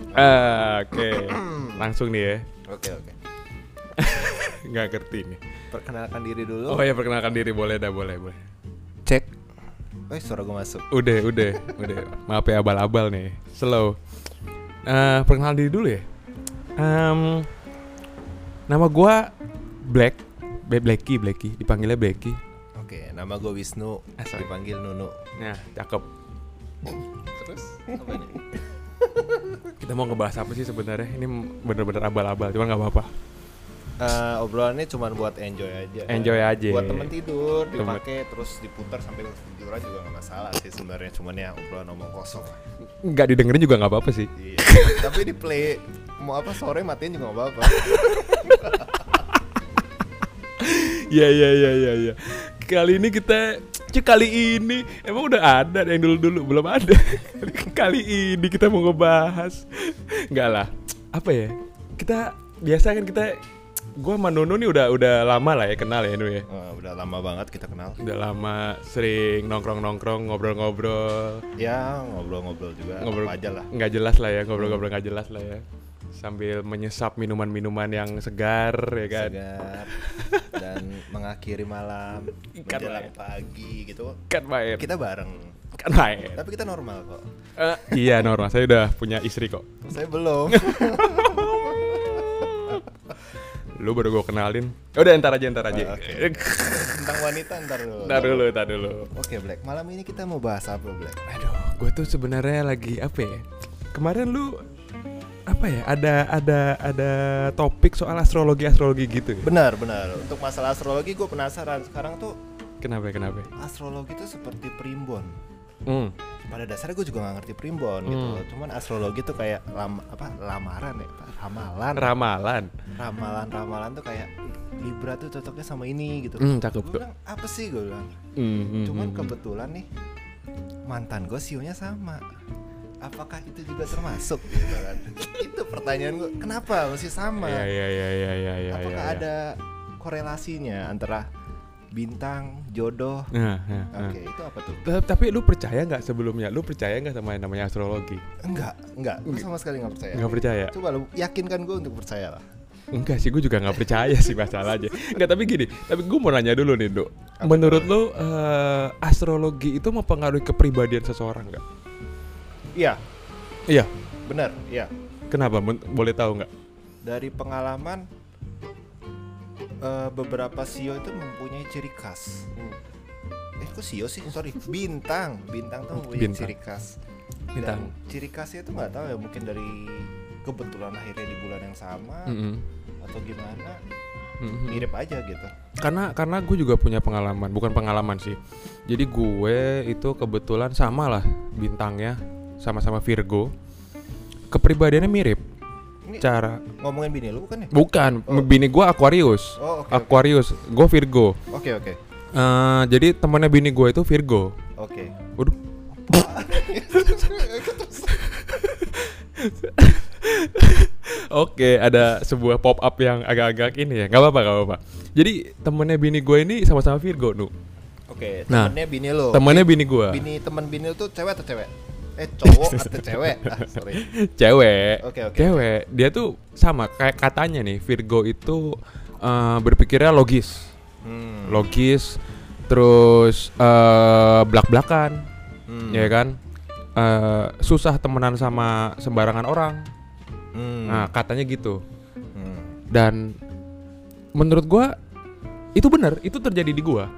Oke. Langsung nih ya. Oke. Nggak ngerti nih. Perkenalkan diri dulu. Oh ya, perkenalkan diri boleh. Cek. Suara gue masuk. Udah. Maaf ya abal-abal nih. Slow. Perkenalan diri dulu ya. Nama gua Blacky. Dipanggilnya Blacky. Oke, nama gue Wisnu. Dipanggil Nunu. Nah, cakep. Terus apa nih? Kita mau ngebahas apa sih sebenarnya? Ini bener-bener abal-abal, cuman nggak apa-apa. Obrolannya cuma buat enjoy aja. Buat temen tidur, dipakai terus diputar sampai tiduran juga nggak masalah sih sebenarnya. Cuman ya obrolan ngomong kosong. Nggak didengerin juga nggak apa-apa sih. Iya. Tapi di play mau apa sore matiin juga nggak apa-apa. Iya. Kali ini emang udah ada yang dulu belum ada. Kali ini kita mau ngebahas. Enggak lah. Apa ya? Kita biasa kan gua sama Nunu nih udah lama lah ya kenal ya Nu ya. Udah lama banget kita kenal. Udah lama sering nongkrong ngobrol-ngobrol. Ya, ngobrol-ngobrol juga. Apa aja lah. Enggak jelas lah ya, ngobrol-ngobrol enggak jelas lah ya. Sambil menyesap minuman-minuman yang segar ya kan. Segar. Dan mengakhiri malam, menjelang pagi gitu. Kan main. Kita bareng. Kan main. Tapi kita normal kok. Iya normal, saya udah punya istri kok. Saya belum. Lu baru gue kenalin. Udah ntar aja. Okay. Tentang wanita ntar dulu. Oke, Black. Malam ini kita mau bahas apa, Black? Aduh, gue tuh sebenarnya lagi apa ya? Kemarin lu apa ya? Ada topik soal astrologi gitu. Ya? Benar. Untuk masalah astrologi gue penasaran. Sekarang tuh Kenapa? astrologi tuh seperti primbon. Pada dasarnya gue juga gak ngerti primbon gitu. Cuman astrologi tuh kayak lamaran ya, Ramalan tuh kayak Libra tuh cocoknya sama ini gitu. Cakep Gue bilang apa sih gue bilang. Cuman kebetulan nih mantan gue sionya sama. Apakah itu juga termasuk gitu kan? Itu pertanyaan gue, kenapa masih sama? Iya. Apakah ada korelasinya antara bintang, jodoh? Oke, itu apa tuh? Tapi lu percaya nggak sebelumnya? Lu percaya nggak sama yang namanya astrologi? Enggak, gue sama sekali nggak percaya. Nggak percaya? Coba lu yakinkan gue untuk percaya lah. Enggak sih, gue juga nggak percaya sih masalahnya. Enggak, tapi gini, gue mau nanya dulu nih, Dok. Menurut lu astrologi itu mempengaruhi kepribadian seseorang nggak? Iya. Benar, iya. Kenapa? Boleh tahu nggak? Dari pengalaman beberapa sio itu mempunyai ciri khas. Kok sio sih? Sorry, bintang tuh mempunyai ciri khas. Dan ciri khasnya itu nggak tahu ya, mungkin dari kebetulan akhirnya di bulan yang sama atau gimana, mirip aja gitu. Karena gue juga punya pengalaman, bukan pengalaman sih. Jadi gue itu kebetulan sama lah bintangnya, sama-sama Virgo. Kepribadiannya mirip. Ini cara ngomongin bini lu bukan ya? Bukan, bini gue Aquarius. Okay. Aquarius, gue Virgo. Oke. Jadi temannya bini gue itu Virgo. Oke. Waduh. Oke, ada sebuah pop up yang agak-agak ini ya. Gak apa-apa. Jadi temennya bini gue ini sama-sama Virgo, Nu. Oke, temennya bini lo. Temennya bini gue. Temen bini lo tuh cewek atau cewek? Cowok atau cewek? Sorry. Cewek. Oke. Cewek. Dia tuh sama kayak katanya nih, Virgo itu berpikirnya logis. Logis, terus blak-blakan. Ya kan? Susah temenan sama sembarangan orang. Nah, katanya gitu. Dan menurut gua itu benar, itu terjadi di gua.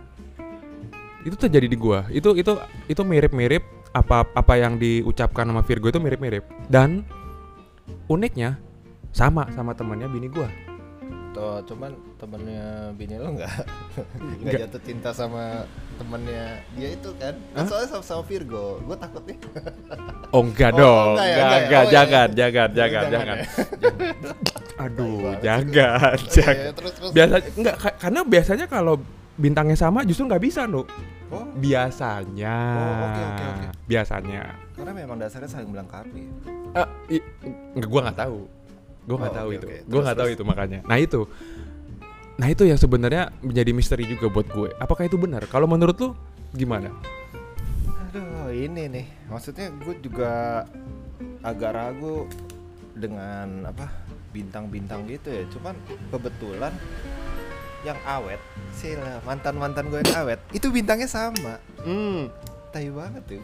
Itu mirip-mirip apa yang diucapkan sama Virgo itu mirip-mirip. Dan uniknya sama temannya bini gua. Tuh, cuman temennya bini lo nggak jatuh cinta sama temennya dia itu kan? Soalnya sama Virgo, gue takut nih. Oh enggak dong, enggak, jangan. Ya. Aduh, jangan. Terus. Biasanya enggak, karena biasanya kalau bintangnya sama justru nggak bisa, Nu. Biasanya. Oke. Biasanya. Karena memang dasarnya saling melengkapi. Enggak, gue nggak tahu. Gue nggak tahu itu. Okay. Gue nggak tahu itu makanya. Nah itu yang sebenarnya menjadi misteri juga buat gue. Apakah itu benar? Kalau menurut lu gimana? Aduh, ini nih. Maksudnya gue juga agak ragu dengan apa bintang-bintang gitu ya. Cuman kebetulan yang awet sih lah, mantan gue yang awet itu bintangnya sama. Tai banget tuh.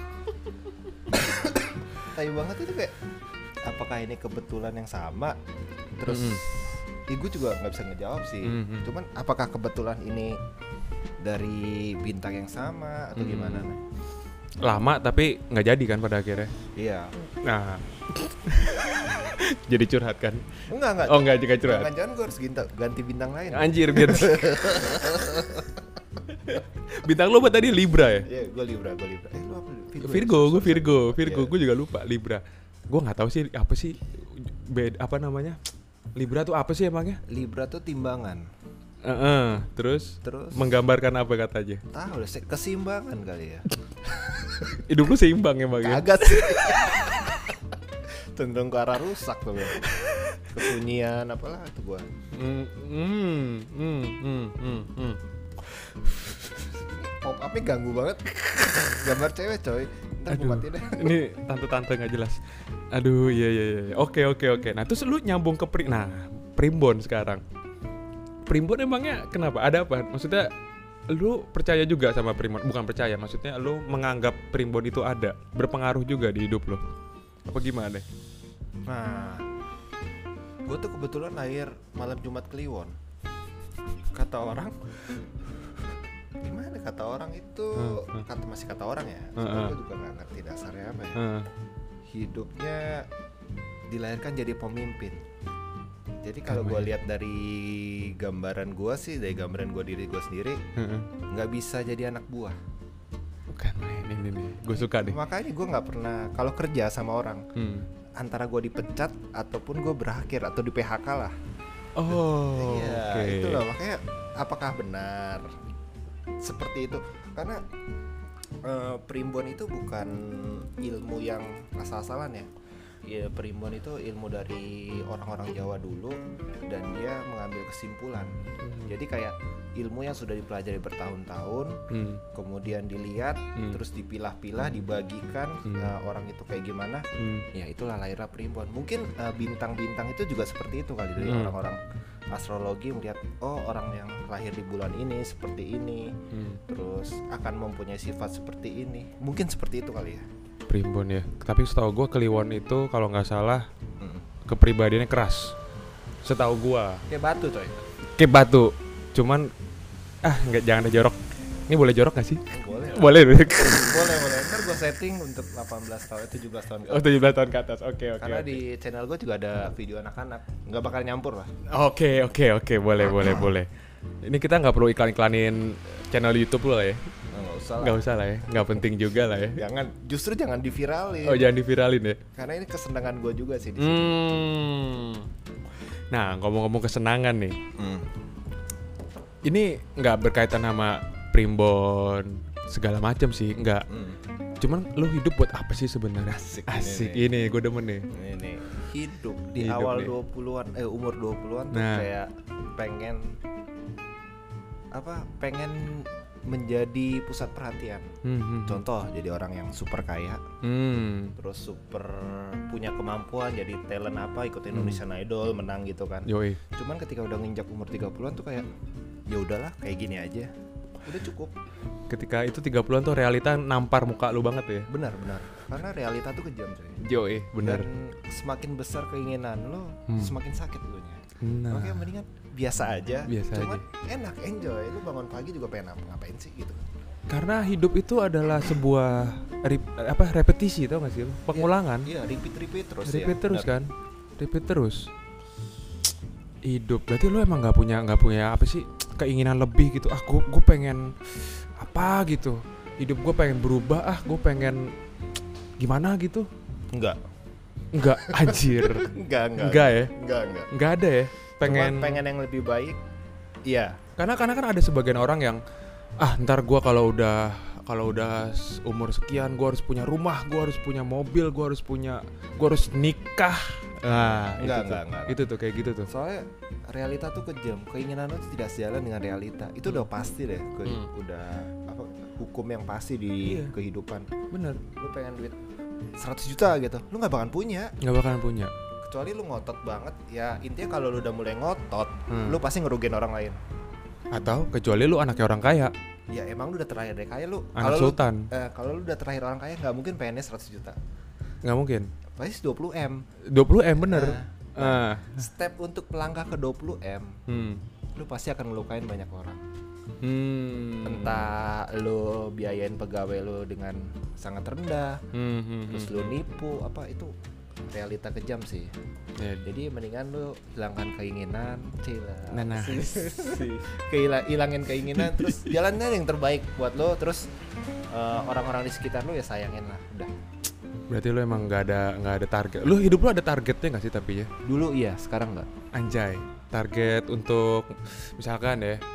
Tai banget itu kayak apakah ini kebetulan yang sama? Terus gue juga nggak bisa ngejawab sih. Cuman apakah kebetulan ini dari bintang yang sama atau gimana? Lama tapi nggak jadi kan pada akhirnya. Iya. Nah. Jadi curhat kan? Enggak. Oh enggak juga curhat. Jangan gue harus ganti bintang lain. Anjir biar. Bintang lo apa tadi Libra ya? Iya, gue Libra. Lu apa? Virgo, gue juga lupa Libra. Gue nggak tahu sih apa sih apa namanya? Libra tuh apa sih emangnya? Libra tuh timbangan. Terus menggambarkan apa katanya? Tahu deh, keseimbangan kali ya. Hidup lu seimbang emang ya? Kagak sih. Cenderung ke arah rusak tuh. Kesunyian apalah itu gua. Pop up-nya ganggu banget. Gambar cewek coy. Ntar gua mati deh. Ini tante-tante gak jelas. Aduh iya. Oke. Nah terus lu nyambung ke Primbon sekarang. Primbon emangnya kenapa? Ada apa? Maksudnya lu percaya juga sama Primbon? Bukan percaya, maksudnya lu menganggap Primbon itu ada, berpengaruh juga di hidup lu? Apa gimana? Nah, gue tuh kebetulan lahir malam Jumat Kliwon. Kata orang, gimana kata orang itu? Masih kata orang ya. Sebenarnya gue juga nggak ngerti dasarnya apa ya. Hidupnya dilahirkan jadi pemimpin. Jadi kalau gue lihat dari gambaran gue sih, dari gambaran gue diri gue sendiri, nggak bisa jadi anak buah. Bukan, ini gue suka deh. Makanya gue nggak pernah kalau kerja sama orang, antara gue dipecat ataupun gue berakhir atau di PHK lah. Oh, iya, itu loh. Makanya apakah benar seperti itu? Karena Primbon itu bukan ilmu yang asal-asalan ya. Ya, Primbon itu ilmu dari orang-orang Jawa dulu dan dia mengambil kesimpulan. Jadi kayak ilmu yang sudah dipelajari bertahun-tahun, kemudian dilihat, terus dipilah-pilah, dibagikan orang itu kayak gimana. Ya itulah lahirnya Primbon. Mungkin bintang-bintang itu juga seperti itu kali dari orang-orang astrologi melihat orang yang lahir di bulan ini seperti ini, terus akan mempunyai sifat seperti ini. Mungkin seperti itu kali ya. Primbon ya. Tapi setahu gue Kliwon itu kalau nggak salah kepribadiannya keras. Setahu gue. Kayak batu coy. Kayak batu. Cuman nggak, jangan ada jorok. Ini boleh jorok nggak sih? Boleh. Boleh. Ntar gue setting untuk 18 tahun, 17 tahun. Oh 17 tahun ke atas. Oke. Karena di channel gue juga ada video anak-anak. Nggak bakal nyampur lah. Oke. Boleh. Ini kita nggak perlu iklan-iklanin channel YouTube lo lah ya. Nggak usah lah ya, nggak penting juga lah ya. Justru jangan diviralin. Oh jangan diviralin ya. Karena ini kesenangan gue juga sih di sini. Nah ngomong-ngomong kesenangan nih, ini nggak berkaitan sama Primbon segala macam sih, nggak. Cuman lu hidup buat apa sih sebenarnya? Asik ini gue demen nih. Ini hidup di awal nih. 20-an, umur 20-an tuh kayak pengen menjadi pusat perhatian. Contoh jadi orang yang super kaya, terus super punya kemampuan jadi talent ikut Indonesian Idol menang gitu kan. Yoi. Cuman ketika udah nginjak umur 30-an tuh kayak ya udahlah kayak gini aja. Udah cukup. Ketika itu 30-an tuh realita nampar muka lu banget ya. Benar. Karena realita tuh kejam coy. Yoi, benar. Dan semakin besar keinginan lo, semakin sakit lu nya. Makanya mendingan biasa aja. Cuman enak, enjoy. Lu bangun pagi juga pengen ngapain sih gitu. Karena hidup itu adalah sebuah repetisi, tau gak sih? Pengulangan. Iya, repeat terus. Repeat terus kan? Repeat terus. Hidup. Berarti lu emang nggak punya apa sih? Keinginan lebih gitu. Gue pengen apa gitu. Hidup gue pengen berubah. Gue pengen gimana gitu. Enggak, anjir. Enggak ya? Enggak ada ya? Pengen yang lebih baik. Iya. Karena kan ada sebagian orang yang ntar gue kalau udah umur sekian gue harus punya rumah, gue harus punya mobil, gue harus nikah. Nah, enggak. Itu tuh kayak gitu tuh. Soalnya realita tuh kejam. Keinginan lu tidak sejalan dengan realita. Itu udah pasti deh. Udah hukum yang pasti di kehidupan. Bener. Lu pengen duit 100 juta gitu, lu nggak bakalan punya. kecuali lu ngotot banget ya. Intinya kalau lu udah mulai ngotot, lu pasti ngerugiin orang lain. Atau kecuali lu anaknya orang kaya. Ya emang lu udah terakhir dari kaya lu. Anak sultan. Kalau lu udah terakhir orang kaya nggak mungkin PNS 100 juta. Nggak mungkin. Pasti 20M. 20M bener. Step untuk melangkah ke 20M, lu pasti akan melukain banyak orang. Entah lu biayain pegawai lu dengan sangat rendah, terus lu nipu, apa itu realita kejam sih. Jadi mendingan lu hilangkan keinginan, hilangin keinginan, terus jalannya yang terbaik buat lu, terus orang-orang di sekitar lu ya sayangin lah, udah. Berarti lu emang nggak ada target. Lu hidup lu ada targetnya nggak sih tapi ya? Dulu iya, sekarang nggak. Anjay, target untuk misalkan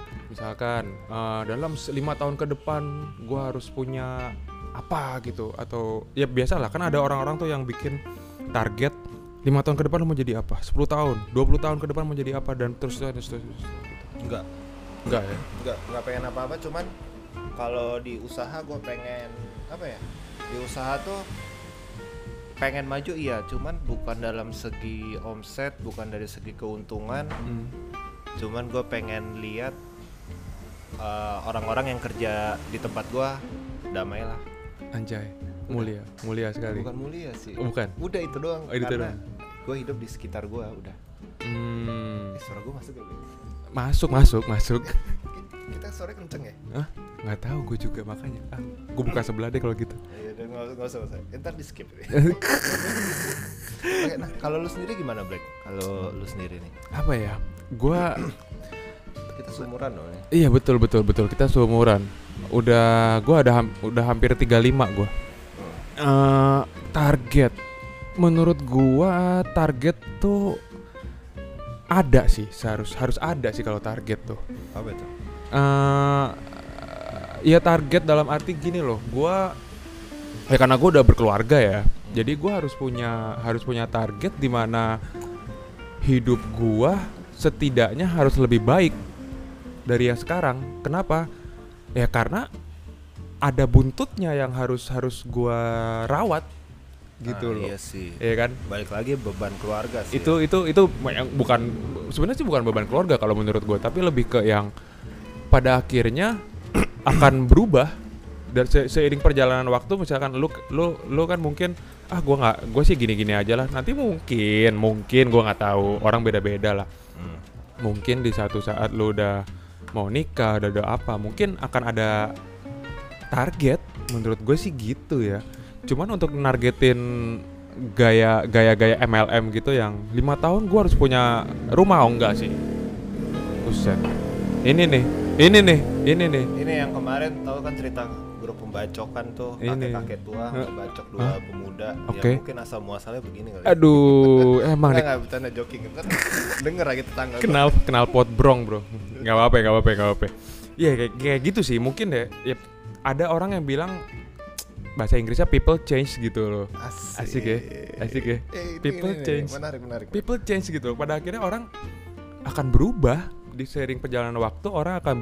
dalam 5 tahun ke depan gua harus punya apa gitu, atau ya biasalah kan ada orang-orang tuh yang bikin target 5 tahun ke depan lu mau jadi apa, 10 tahun, 20 tahun ke depan mau jadi apa, dan terus gitu. Enggak ya? Enggak pengen apa-apa, cuman kalau di usaha gue pengen apa ya? Di usaha tuh pengen maju iya, cuman bukan dalam segi omset, bukan dari segi keuntungan. Cuman gue pengen lihat orang-orang yang kerja di tempat gue damai lah. Anjay, mulia sekali. Bukan mulia sih. Bukan. Udah itu doang. Itu karena doang. Gue hidup di sekitar gue udah. Suara gue masuk gak? Masuk. Kita suara kenceng ya? Hah? Nggak tahu gue juga makanya. Gue buka sebelah deh kalau gitu. Ya udah nggak usah. Ntar di skip. Oke, nah kalau lu sendiri gimana Black? Kalau lu sendiri nih? Apa ya? Kita seumuran loh nih. Iya betul kita seumuran. Gue udah hampir 35 gue. Target. Menurut gue target tuh ada sih, harus ada sih kalau target tuh. Apa itu? Ya target dalam arti gini loh, karena gue udah berkeluarga ya, jadi gue harus punya target di mana hidup gue setidaknya harus lebih baik dari yang sekarang. Kenapa? Ya karena ada buntutnya yang harus gue rawat gitu loh. Iya sih. Iya kan? Balik lagi beban keluarga sih. Itu yang bukan, sebenarnya sih bukan beban keluarga kalau menurut gue, tapi lebih ke yang pada akhirnya akan berubah dan seiring perjalanan waktu. Misalkan lu kan mungkin gue sih gini-gini aja lah. Nanti mungkin gue nggak tahu, orang beda-beda lah. Mungkin di satu saat lu udah mau nikah, udah apa, mungkin akan ada target. Menurut gue sih gitu ya. Cuman untuk nargetin gaya MLM gitu yang 5 tahun gue harus punya rumah, enggak sih. Buset. Ini yang kemarin tahu kan cerita grup pembacokan tuh, kakek tua ngebacok 2 pemuda. Okay. Ya mungkin asal muasalnya begini kali. Aduh, emang nih. Enggak bercanda, joking. Kan denger lagi tetangga. Kenal pot brong, Bro. Enggak apa-apa. Iya kayak gitu sih mungkin deh. Ya, ada orang yang bilang bahasa Inggrisnya people change gitu loh. Asik ya. People change. Menarik. People change gitu. Pada akhirnya orang akan berubah di seiring perjalanan waktu. Orang akan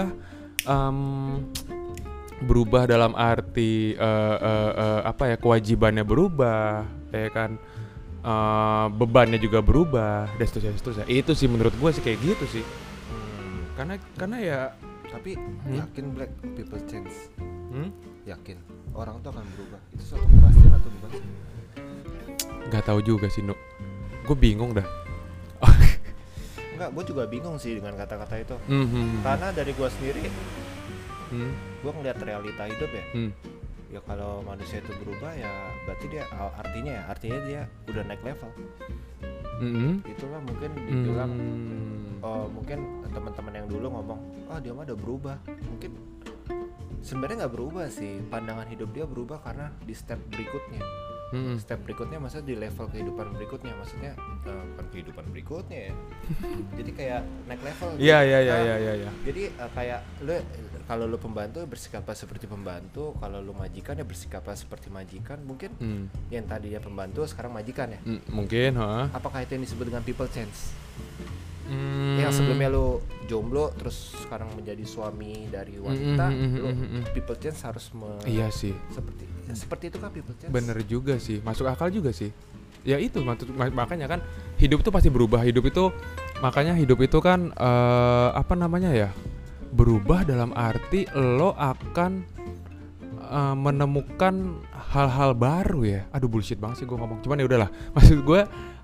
berubah dalam arti kewajibannya berubah, ya kan, bebannya juga berubah, dan seterusnya. Itu sih menurut gue sih kayak gitu sih. Karena ya. Tapi yakin Black people change? Yakin orang tuh akan berubah? Itu suatu kepastian atau bukan sih? Gak tahu juga sih, Nuk. Gue bingung dah. Enggak, gue juga bingung sih dengan kata-kata itu. Karena dari gue sendiri, gue ngeliat realita hidup ya. Ya kalau manusia itu berubah ya berarti dia artinya dia udah naik level. Itulah mungkin dibilang mungkin teman-teman yang dulu ngomong dia mah udah berubah. Mungkin sebenarnya nggak berubah sih, pandangan hidup dia berubah karena di step berikutnya. Step berikutnya maksudnya di level kehidupan berikutnya, maksudnya bukan kehidupan berikutnya ya. Jadi kayak naik level. Iya. Jadi kayak lu kalau lu pembantu bersikap seperti pembantu, kalau lu majikan ya bersikap seperti majikan. Mungkin yang tadinya pembantu sekarang majikan ya. Mungkin, Apakah itu yang disebut dengan people change? Yang sebelumnya lu jomblo terus sekarang menjadi suami dari wanita, people change harus iya sih. Seperti itu kan people change. Bener juga sih, masuk akal juga sih. ya itu makanya kan hidup itu pasti berubah. Hidup itu kan apa namanya ya, berubah dalam arti lo akan menemukan hal-hal baru ya. Aduh bullshit banget sih gue ngomong, cuman ya udahlah. Maksud gue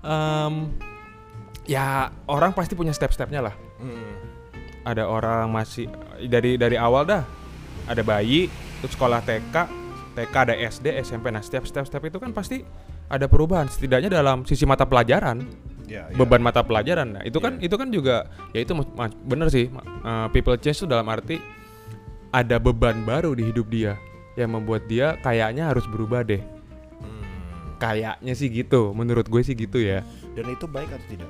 ya orang pasti punya step-stepnya lah. Ada orang masih dari awal dah, ada bayi, terus sekolah TK ada SD, SMP. Nah setiap step itu kan pasti ada perubahan, setidaknya dalam sisi mata pelajaran, beban mata pelajaran. Nah itu kan juga ya itu bener sih, people change itu dalam arti ada beban baru di hidup dia yang membuat dia kayaknya harus berubah deh. Kayaknya sih gitu, menurut gue sih gitu ya. Dan itu baik atau tidak?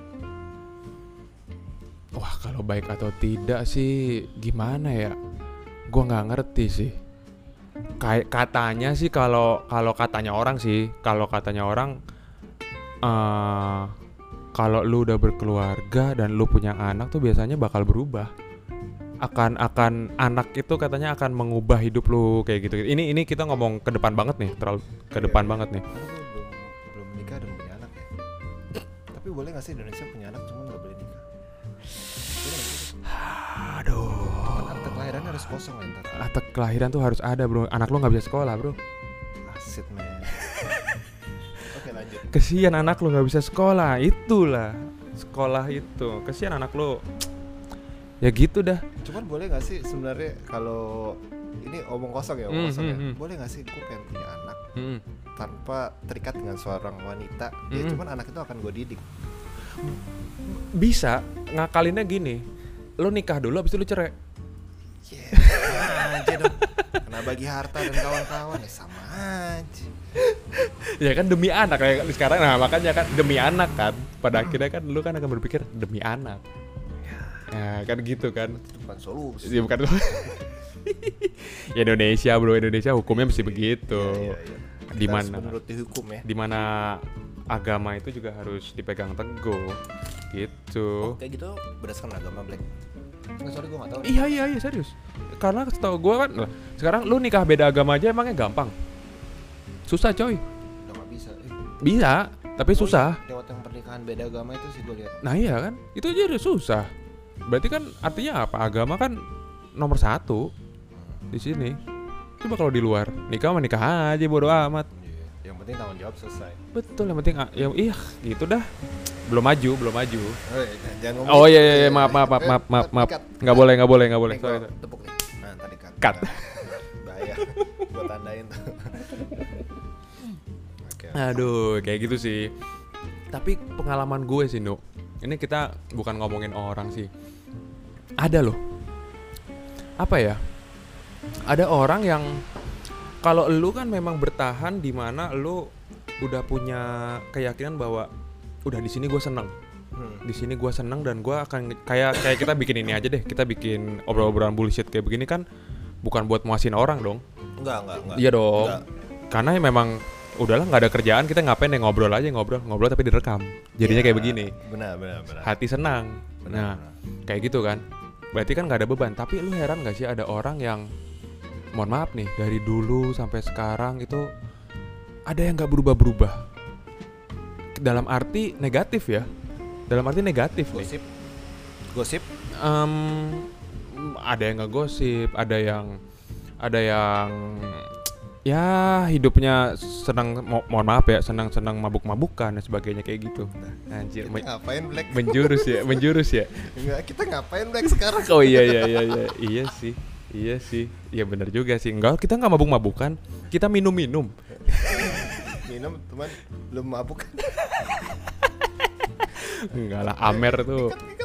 Wah kalau baik atau tidak sih gimana ya, gue nggak ngerti sih. Kayak katanya sih kalau katanya orang kalau lu udah berkeluarga dan lu punya anak tuh biasanya bakal berubah. Akan anak itu katanya akan mengubah hidup lu kayak gitu. Ini kita ngomong ke depan banget nih, terlalu ke depan banget nih. Belum nikah dan punya anak ya. Tapi boleh nggak sih Indonesia punya anak cuma nggak boleh nikah? Aduh. Akte kelahiran harus kosong ntar. Akte kelahiran tuh harus ada bro. Anak lu nggak bisa sekolah bro. Asit men. Oke lanjut. Kesian anak lu nggak bisa sekolah. Itulah sekolah itu. Kesian anak lu. Ya gitu dah. Cuman boleh gak sih sebenarnya kalau ini omong kosong ya, boleh gak sih gue pengen punya anak tanpa terikat dengan seorang wanita, ya cuman anak itu akan gue didik. Bisa, ngakalinnya gini, lo nikah dulu abis itu lo cerai. Aja dong. Kena bagi harta dan kawan-kawan ya sama aja. Ya kan demi anak kayak sekarang, nah makanya kan demi anak kan, pada akhirnya kan lo kan akan berpikir demi anak. Ya kan gitu kan. Itu bukan solusi. Ya bukan. Ya Indonesia bro, Indonesia hukumnya mesti begitu. Ya. Di mana? Menurut hukum ya. Di mana agama itu juga harus dipegang teguh. Gitu. Oh, kayak gitu berdasarkan agama Black. Nggak, sorry gue nggak tahu. Iya serius. Karena setahu gue kan, sekarang lu nikah beda agama aja emangnya gampang? Susah coy. Udah nggak bisa. Bisa, tapi susah. Lewat yang pernikahan beda agama itu sih gue lihat. Nah iya kan, itu aja udah susah. Berarti kan artinya apa? Agama kan nomor 1 di sini. Coba kalau di luar nikah aja bodo amat. Yang penting tanggung jawab selesai. Betul, yang penting ya gitu dah. Belum maju. Jangan ngomong. Oh iya maaf. Enggak boleh. Sorry. Tepuk nih. Nah, tadi cut. Bahaya. Gua tandain tuh. Okay. Aduh, kayak gitu sih. Tapi pengalaman gue sih, Nuk. Ini kita bukan ngomongin orang sih. Ada loh. Apa ya? Ada orang yang kalau lu kan memang bertahan di mana lu udah punya keyakinan bahwa udah di sini gue seneng. Di sini gue seneng dan gue akan kayak kita bikin ini aja deh. Kita bikin obrolan bullshit kayak begini kan bukan buat muasin orang dong. Enggak. Iya dong. Enggak. Karena memang udahlah nggak ada kerjaan, kita ngapain deh ngobrol tapi direkam. Jadinya kayak begini. Benar. Hati senang. Benar. Kayak gitu kan. Berarti kan nggak ada beban. Tapi lu heran nggak sih ada orang yang, mohon maaf nih, dari dulu sampai sekarang itu ada yang nggak berubah. Dalam arti negatif ya. Dalam arti negatif nih. Gosip. Ada yang ngegosip, ada yang ya hidupnya senang, mohon maaf ya, senang mabuk-mabukan dan sebagainya kayak gitu. Anjir, ngapain Black? Menjurus ya. Enggak, kita ngapain Black sekarang? Oh iya. Iya sih. Iya benar juga sih. Enggak, kita enggak mabuk-mabukan. Kita minum. Minum teman, belum mabuk. Enggak lah, Amer tuh.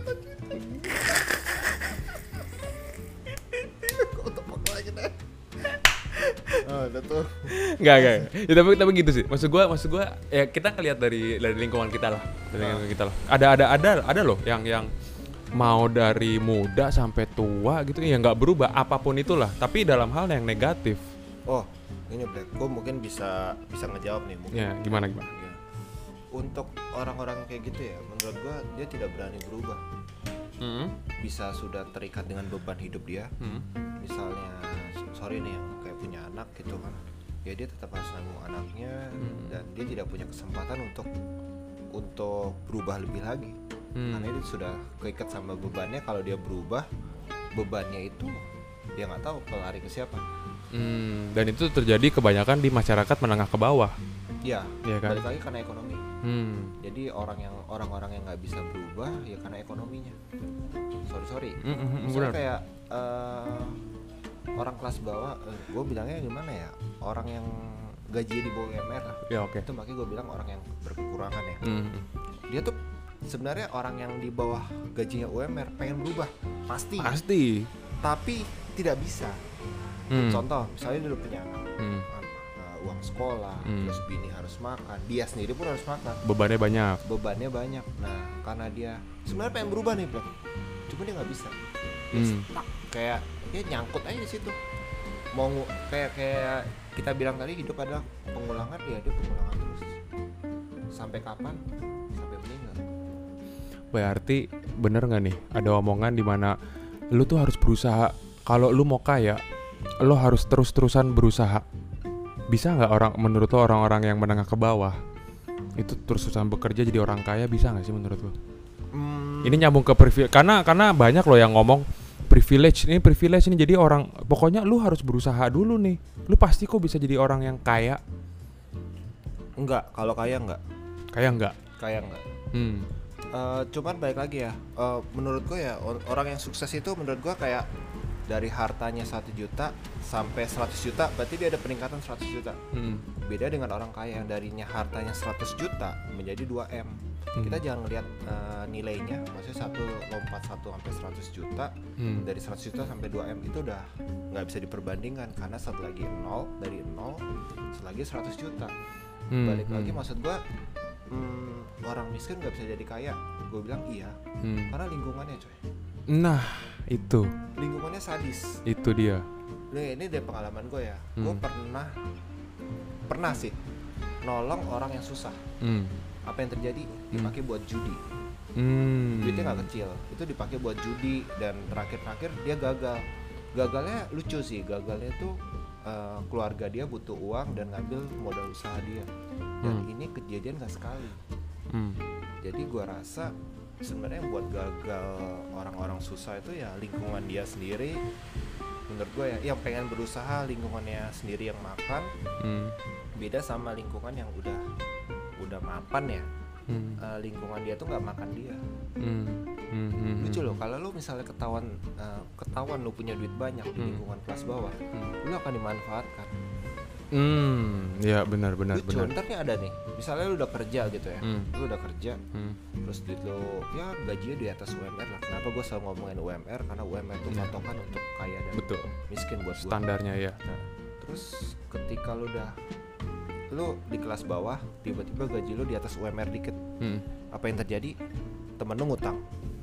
Oh, udah tuh. Enggak. Ya, tapi gitu sih. Maksud gua ya kita ngelihat dari lingkungan kita lah. Ada loh yang mau dari muda sampai tua gitu ya nggak berubah apapun itulah, tapi dalam hal yang negatif. Oh, ini Black. Gua mungkin bisa ngejawab nih mungkin. Ya, gimana? Ya. Untuk orang-orang kayak gitu ya, menurut gua dia tidak berani berubah. Bisa sudah terikat dengan beban hidup dia. Misalnya sorry nih yang kayak punya anak gitu kan, ya dia tetap harus nanggung anaknya, dan dia tidak punya kesempatan untuk berubah lebih lagi. Karena dia sudah keikat sama bebannya. Kalau dia berubah, bebannya itu dia nggak tahu pelari ke siapa. Dan itu terjadi kebanyakan di masyarakat menengah ke bawah. Iya, kan? balik lagi karena ekonomi. Jadi orang-orang yang nggak bisa berubah ya karena ekonominya. Sorry. Misalnya kayak orang kelas bawah, gue bilangnya gimana ya? Orang yang gajinya di bawah UMR lah. Ya, okay. Itu makanya gue bilang orang yang berkekurangan ya. Dia tuh sebenarnya orang yang di bawah gajinya UMR pengen berubah, pasti. Tapi tidak bisa. Contoh, misalnya dia udah punya anak, uang sekolah, terus bini harus makan, dia sendiri pun harus makan. Bebannya banyak. Nah, karena dia sebenarnya pengen berubah nih, bro. Cuma dia nggak bisa. Dia stuck, kayak dia nyangkut aja di situ. Mau kayak kita bilang tadi, hidup adalah pengulangan, ya dia pengulangan terus. Sampai kapan? Sampai meninggal. Berarti bener nggak nih ada omongan di mana lu tuh harus berusaha. Kalau lu mau kaya, lu harus terus-terusan berusaha. Bisa nggak menurut lo orang-orang yang menengah ke bawah itu terus-terusan bekerja jadi orang kaya, bisa nggak sih menurut lo? Ini nyambung ke privilege, karena banyak lo yang ngomong privilege ini jadi orang, pokoknya lu harus berusaha dulu nih, lu pasti kok bisa jadi orang yang kaya. Enggak, kalau kaya enggak. Cuman balik lagi ya, menurut gue ya orang yang sukses itu menurut gue kayak dari hartanya 1 juta sampai 100 juta, berarti dia ada peningkatan 100 juta. Beda dengan orang kaya yang darinya hartanya 100 juta menjadi 2M. Kita jangan lihat nilainya, maksudnya lompat 1 sampai 100 juta, dari 100 juta sampai 2M itu udah nggak bisa diperbandingkan, karena satu lagi 0, dari 0, satu lagi 100 juta. Balik lagi, maksud gue orang miskin nggak bisa jadi kaya. Gue bilang iya, karena lingkungannya coy. Nah itu lingkungannya sadis. Itu dia. Ini dari pengalaman gue ya. Gue pernah sih nolong orang yang susah. Apa yang terjadi? Dipakai buat judi. Duitnya nggak kecil. Itu dipakai buat judi, dan terakhir dia gagal. Gagalnya lucu sih. Gagalnya tuh keluarga dia butuh uang dan ngambil modal usaha dia. Dan ini kejadian nggak sekali. Jadi gue rasa sebenarnya yang buat gagal orang-orang susah itu ya lingkungan dia sendiri. Menurut gue ya, yang pengen berusaha lingkungannya sendiri yang makan. Beda sama lingkungan yang udah mapan ya. Lingkungan dia tuh nggak makan dia. Lucu loh, kalau lu misalnya ketahuan lu punya duit banyak di lingkungan kelas bawah, lu akan dimanfaatkan. Ya benar. Lucu, ntar nih ada nih, misalnya lu udah kerja gitu ya, terus duit lu ya gajinya di atas UMR lah. Kenapa gue selalu ngomongin UMR? Karena UMR itu patokan untuk kaya dan miskin buat gue. Standarnya ya. Nah, terus ketika lu di kelas bawah, tiba-tiba gaji lu di atas UMR dikit, apa yang terjadi? Temen lu ngutang.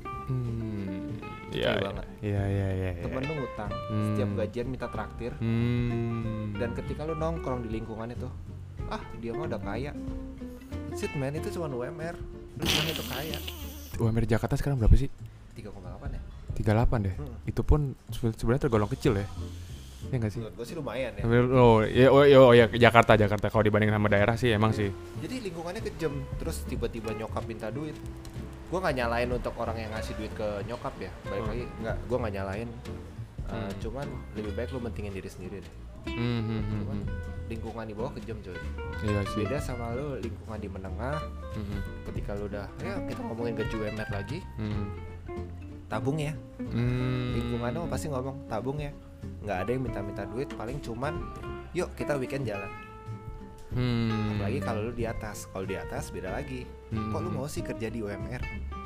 Iya. Temen lu ngutang, setiap gajian minta traktir. Dan ketika lu nongkrong di lingkungan itu, dia mah udah kaya. Shit man, itu cuma UMR. Lu bilang itu kaya. UMR Jakarta sekarang berapa sih? 3,8 ya? 38 deh. Itu pun sebenarnya tergolong kecil ya. Ya nggak sih? Menurut gue sih lumayan ya. Ya Jakarta kalau dibandingin sama daerah sih emang sih. Jadi lingkungannya kejam, terus tiba-tiba nyokap minta duit. Gue nggak nyalain untuk orang yang ngasih duit ke nyokap ya. Balik lagi, gue nggak nyalain. Cuman lebih baik lu mentingin diri sendiri deh. Cuman lingkungan di bawah kejam coy. Iya sih. Beda sama lu lingkungan di menengah. Ketika lu udah, ya kita ngomongin gaji UMR lagi. Tabung ya. Lingkungan lu pasti ngomong tabung ya. Nggak ada yang minta duit, paling cuman yuk kita weekend jalan. Apalagi kalau lu di atas. Kalau di atas beda lagi. Kok lu mau sih kerja di UMR?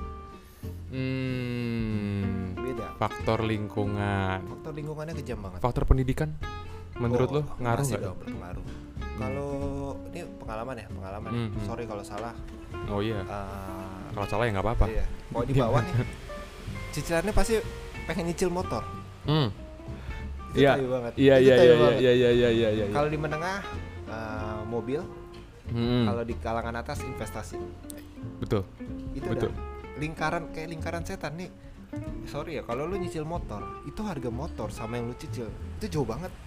Beda. Faktor lingkungannya kejam banget. Faktor pendidikan menurut lo ngaruh nggak? Dong, berpengaruh. Kalau ini pengalaman ya. Sorry kalau salah. Oh iya. Kalau salah ya nggak apa-apa. Iya. Kalau di bawah nih, cicilannya pasti pengen nyicil motor. Itu tayu banget. Iya. Kalau di menengah mobil, kalau di kalangan atas investasi. Betul. Itu betul. Kayak lingkaran setan nih. Sorry ya, kalau lu nyicil motor, itu harga motor sama yang lu cicil itu jauh banget.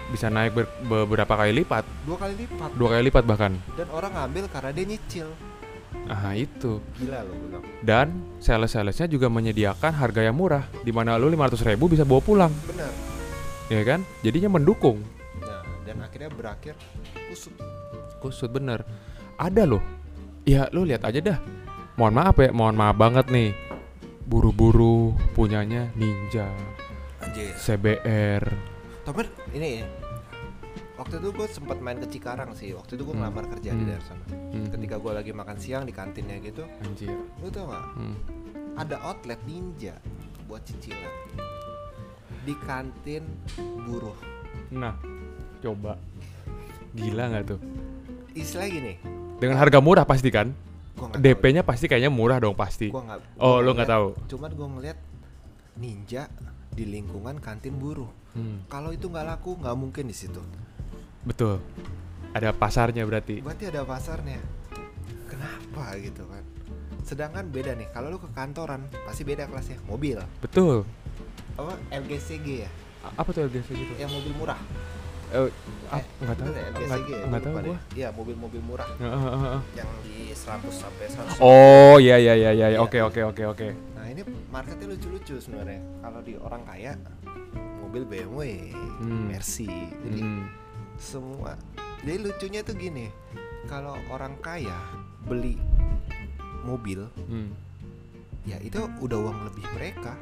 bisa naik beberapa kali lipat. 2 kali lipat. 2 kali lipat bahkan. Dan orang ngambil karena dia nyicil. Ah itu. Gila loh bilang. Dan sales-salesnya juga menyediakan harga yang murah, di mana lu 500.000 bisa bawa pulang. Benar. Ya kan? Jadinya mendukung. Nah, dan akhirnya berakhir kusut. Kusut bener. Ada loh. Ya lu lihat aja dah. Mohon maaf banget nih. Buru-buru punyanya Ninja, Anjir. CBR. Tapi ini waktu itu gue sempat main ke Cikarang sih. Waktu itu gue ngelamar kerja di daerah sana. Ketika gue lagi makan siang di kantinnya gitu. Anjir. Lu tau gak? Ada outlet Ninja buat cicilan di kantin buruh. Nah, coba. Gila gak tuh? Istilah gini. Dengan harga murah pasti kan? DP-nya tahu. pasti kayaknya murah dong pasti. Lu nggak tahu? Cuman gue ngeliat Ninja di lingkungan kantin buruh. Kalau itu nggak laku, nggak mungkin di situ. Betul. Ada pasarnya berarti. Berarti ada pasarnya. Kenapa gitu kan? Sedangkan beda nih. Kalau lu ke kantoran pasti beda kelasnya. Mobil. Betul. Apa LGCG ya? Apa tuh LGCG itu? Yang mobil murah. Nggak tahu. LGCG. Nggak tahu gua. Iya, mobil-mobil murah. Yang di 100 sampai 100. Oh, iya. Oke. Nah, ini marketnya lucu-lucu sebenarnya. Kalau di orang kaya mobil BMW, Mercy. Jadi semua. Jadi lucunya tuh gini. Kalau orang kaya beli mobil, ya itu udah uang lebih mereka.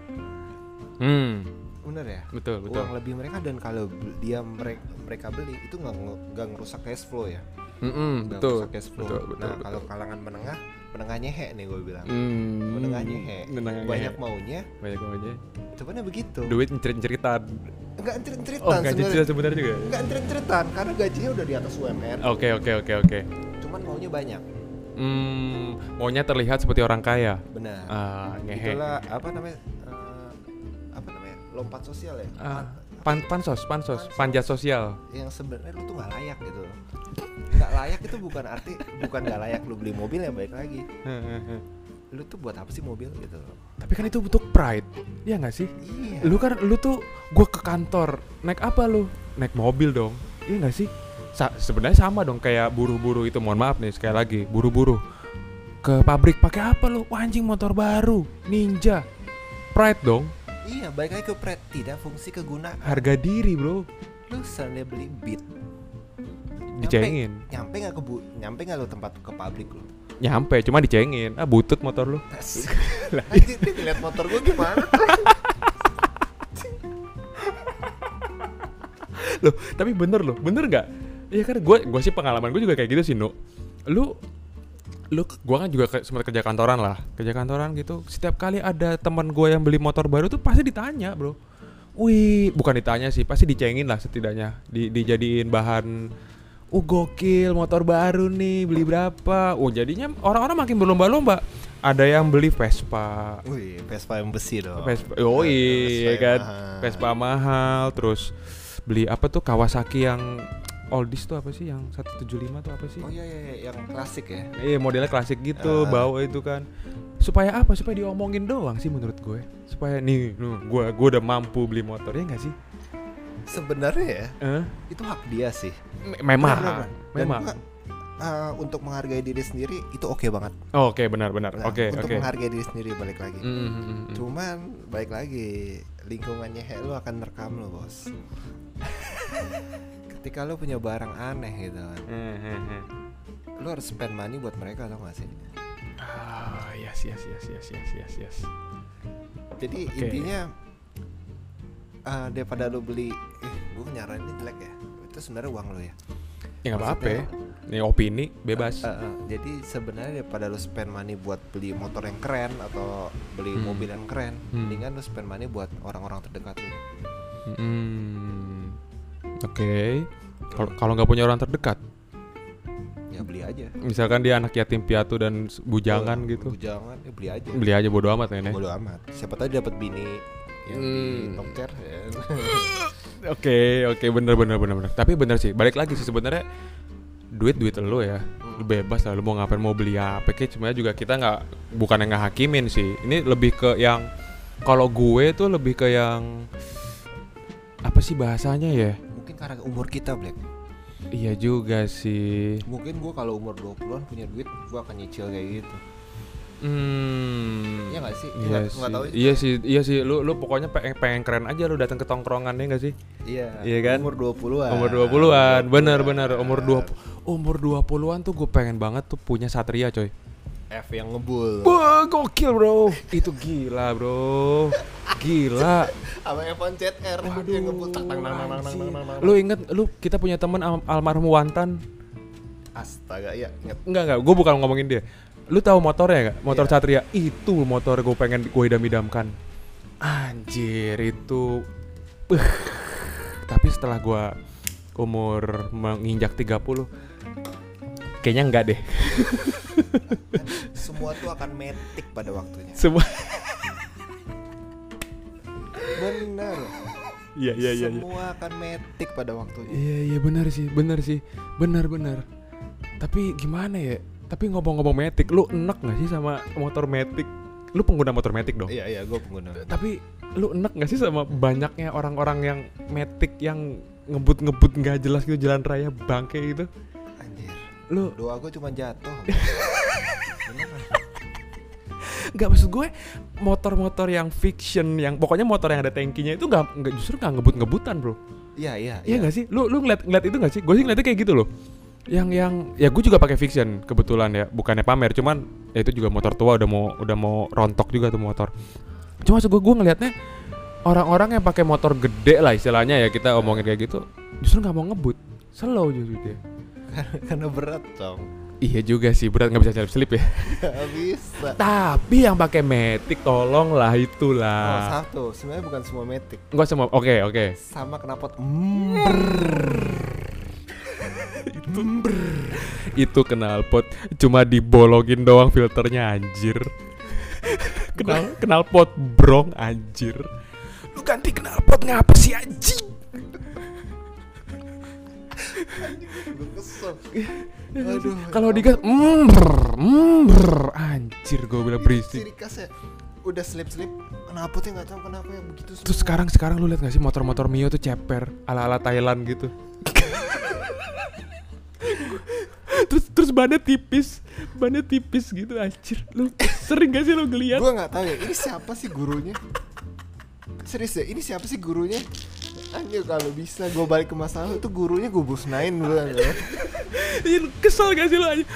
Bener ya? Betul. Uang lebih mereka, dan kalau mereka beli itu nggak ngerusak cash flow ya. Betul. Cash flow. Betul. Kalau kalangan menengah nyehe nih gue bilang. Menengah nyehe. Banyak maunya. Cuman ya begitu. Duit ncerit-nceritan. Enggak ncerit-nceritan sebenarnya. Oh, enggak cicil sebenarnya juga. Enggak ncerit-nceritan karena gajinya udah di atas UMR. Oke. Cuman maunya banyak. Maunya terlihat seperti orang kaya. Benar. Ngehe. Itulah apa namanya? Lompat sosial ya. Pansos, panjat sosial. Yang sebenarnya lu tuh nggak layak gitu. Nggak layak itu bukan nggak layak lu beli mobil, yang baik lagi. Lu tuh buat apa sih mobil gitu? Tapi kan itu bentuk pride, ya nggak sih? Iya. Lu tuh, gue ke kantor naik apa lu? Naik mobil dong, iya nggak sih? Sebenarnya sama dong kayak buru-buru itu. Mohon maaf nih sekali lagi, buru-buru ke pabrik pakai apa lu? Wah, anjing, motor baru, Ninja, pride dong. Iya, balik lagi ke pride, tidak fungsi kegunaan. Harga diri bro. Lu seandainya beli Beat, dicengin. Nyampe nggak lu tempat ke pabrik lu? Nyampe, cuma dicengin. Butut motor lu. Anjir, dia ngeliat motor gua gimana? Loh, tapi bener nggak? Iya kan, gue sih pengalaman gue juga kayak gitu sih, Nu. Lu gue kan juga sempat kerja kantoran gitu. Setiap kali ada teman gue yang beli motor baru tuh pasti ditanya, bro. Wih, bukan ditanya sih, pasti dicengin lah setidaknya. Dijadiin bahan. Gokil, motor baru nih, beli berapa? Jadinya orang-orang makin berlomba-lomba. Ada yang beli Vespa. Wih, Vespa yang besi dong. Vespa kan. Vespa mahal. Terus beli apa tuh, Kawasaki yang oldies tuh apa sih, yang 175 tuh apa sih? Oh iya, yang klasik ya. Iya, modelnya klasik gitu, bawa itu kan. Supaya apa? Supaya diomongin doang sih menurut gue. Supaya gue udah mampu beli motor, ya nggak sih? Sebenarnya ya, itu hak dia sih. Memang. Untuk menghargai diri sendiri itu oke banget. Oke, benar. Oke. Untuk menghargai diri sendiri balik lagi. Cuman balik lagi, lingkungannya lu akan merekam lo, bos. Ketika lu punya barang aneh gitu kan, lu harus spend money buat mereka, tau gak sih? Yes. Jadi intinya daripada lu beli, gue nyaranin ini jelek ya, itu sebenarnya uang lu ya. Ya nggak apa-apa. Ini opini bebas. Jadi sebenarnya daripada lu spend money buat beli motor yang keren atau beli mobil yang keren, mendingan lu spend money buat orang-orang terdekat lu. Oke. Kalau nggak punya orang terdekat, ya beli aja. Misalkan dia anak yatim piatu dan bujangan gitu. Bujangan, ya beli aja. Beli aja, bodo amat ya. Bodo amat. Siapa tahu dapat bini yang di Tokcer. Ya. Oke, bener. Tapi bener sih, balik lagi sih sebenarnya duit lo ya. Lu bebas lah, lu mau ngapain, mau beli apa kayak, cuma juga kita bukan yang ngehakimin sih. Ini lebih ke yang, kalau gue tuh lebih ke yang apa sih bahasanya ya? Mungkin karena umur kita, Black. Iya juga sih. Mungkin gue kalau umur 20-an punya duit, gue akan nyicil kayak gitu. Iya nggak sih? Iya nggak sih. tahu Iya sih. Lu pokoknya pengen keren aja lu datang ke tongkrongan ya nggak sih? Iya kan? Umur 20-an. Umur 20-an, benar. Umur 20-an tuh gue pengen banget tuh punya Satria, coy. F yang ngebul. Wah, gokil, bro. Itu gila, bro. Gila. Sama F1 ZR yang ngebul tang. Lu inget kita punya teman almarhum Wantan. Astaga, ya inget. Enggak, gue bukan ngomongin dia. Lu tahu motornya gak? Motor Iya. Satria. Itu motor gue pengen gue idam-idamkan. Anjir, itu tapi setelah gue umur menginjak 30 kayaknya enggak deh. Semua tuh akan metik pada waktunya. Semua. Bener. Iya. Semua akan metik pada waktunya. Iya, benar sih. Benar. Tapi gimana ya? Tapi ngomong-ngomong Matic, lu enek gak sih sama motor Matic? Lu pengguna motor Matic dong? Iya, gue pengguna. Tapi lu enek gak sih sama banyaknya orang-orang yang Matic yang ngebut gak jelas gitu jalan raya bangke gitu? Anjir. Lu Doa gue cuma jatuh. Gak, maksud gue motor-motor yang fiction, yang pokoknya motor yang ada tankinya itu justru gak ngebut-ngebutan, bro. Iya. Iya gak sih? Lu ngeliat itu gak sih? Gue sih ngeliatnya kayak gitu loh. Yang ya gue juga pakai fiction kebetulan ya, bukannya pamer, cuman ya itu juga motor tua, udah mau rontok juga tuh motor. Cuma maksud gue ngelihatnya orang-orang yang pakai motor gede lah istilahnya ya, kita omongin kayak gitu, justru nggak mau ngebut, slow justru dia. Karena berat, Cong. Iya juga sih, berat, nggak bisa selip ya. Gak bisa. Tapi yang pakai Matic tolonglah Oh, itulah. satu, sebenarnya bukan semua metik. Enggak semua. Oke. Sama knalpot. Itu knalpot cuma dibolongin doang filternya, anjir. Knalpot brong, anjir. Lu ganti knalpot ngapa sih, anjing? Gue kesel. Aduh, kalau digas anjir, gue bilang berisik. Ciri khasnya udah slip knalpotnya nggak tahu kenapa ya begitu semua. Terus sekarang lu lihat nggak sih motor-motor Mio tuh ceper ala Thailand gitu. terus bannya tipis gitu, anjir. Lu sering gak sih lu ngeliat? Gue nggak tahu ya, ini siapa sih gurunya? Serius ya, ini siapa sih gurunya? Anjir, kalau bisa gue balik ke masa lalu, itu gurunya gue busnain dulu. Kesel gak sih lu, anjir?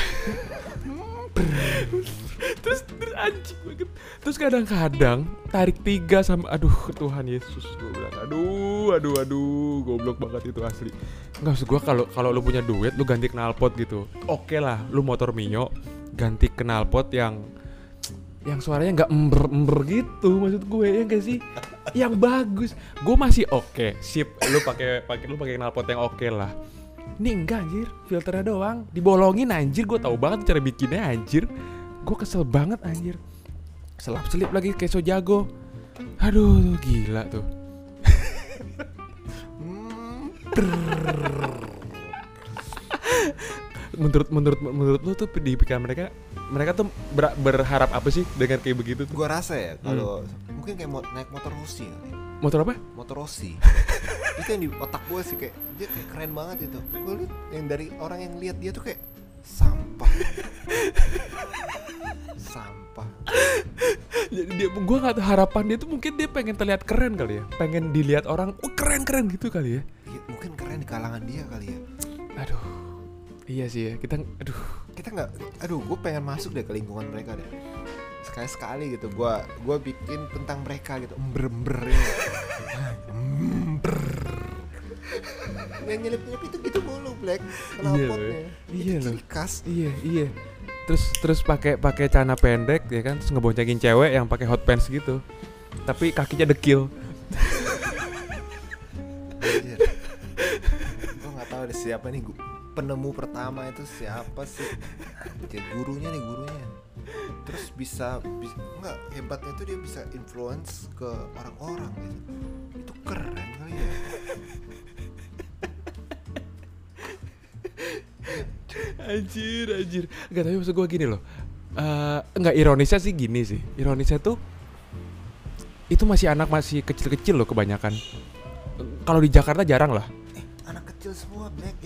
terus anjing banget. Terus kadang-kadang tarik 3 sama aduh Tuhan Yesus, gue bilang aduh goblok banget itu asli. Enggak, maksud gue kalau lu punya duit lu ganti knalpot gitu. Oke lah, lu motor Mio ganti knalpot yang suaranya nggak ember gitu, maksud gue ya enggak sih? Yang bagus. Gue masih oke, sip. Lu pakai knalpot yang oke lah. Ini enggak, anjir, filternya doang dibolongin, anjir. Gue tahu banget cara bikinnya, anjir. Gue kesel banget, anjir. Selap-selip lagi kayak so jago. Aduh, gila tuh. Menurut lu tuh di pikiran mereka tuh berharap apa sih dengan kayak begitu tuh? Gue rasa ya kalau mungkin kayak naik motor Rossi kali. Motor apa? Motor Rossi. Itu yang di otak gue sih, kayak dia kayak keren banget itu. Gue liat yang dari orang yang lihat dia tuh kayak sampah. Jadi gue nggak tahu, harapan dia tuh mungkin dia pengen terlihat keren kali ya, pengen dilihat orang keren gitu kali ya. Mungkin keren di kalangan dia kali ya. Aduh, iya sih ya, kita nggak, gue pengen masuk deh ke lingkungan mereka deh. Sekali gitu, gue bikin tentang mereka gitu, yang nyelip itu gitu mulu, Black. Knalpotnya. Iya loh. Ciri khas. Iya. Terus pakai celana pendek ya kan, terus ngeboncengin cewek yang pakai hot pants gitu, tapi kakinya dekil. Anjir. Gue nggak tahu deh siapa nih penemu pertama itu siapa sih. Anjir, gurunya. Terus bisa nggak, hebatnya itu dia bisa influence ke orang-orang gitu. Itu keren kali ya. Anjir. Enggak, tapi maksud gue gini loh. Enggak, ironisnya sih gini sih. Ironisnya tuh itu masih anak, masih kecil-kecil loh kebanyakan. Kalau di Jakarta jarang lah.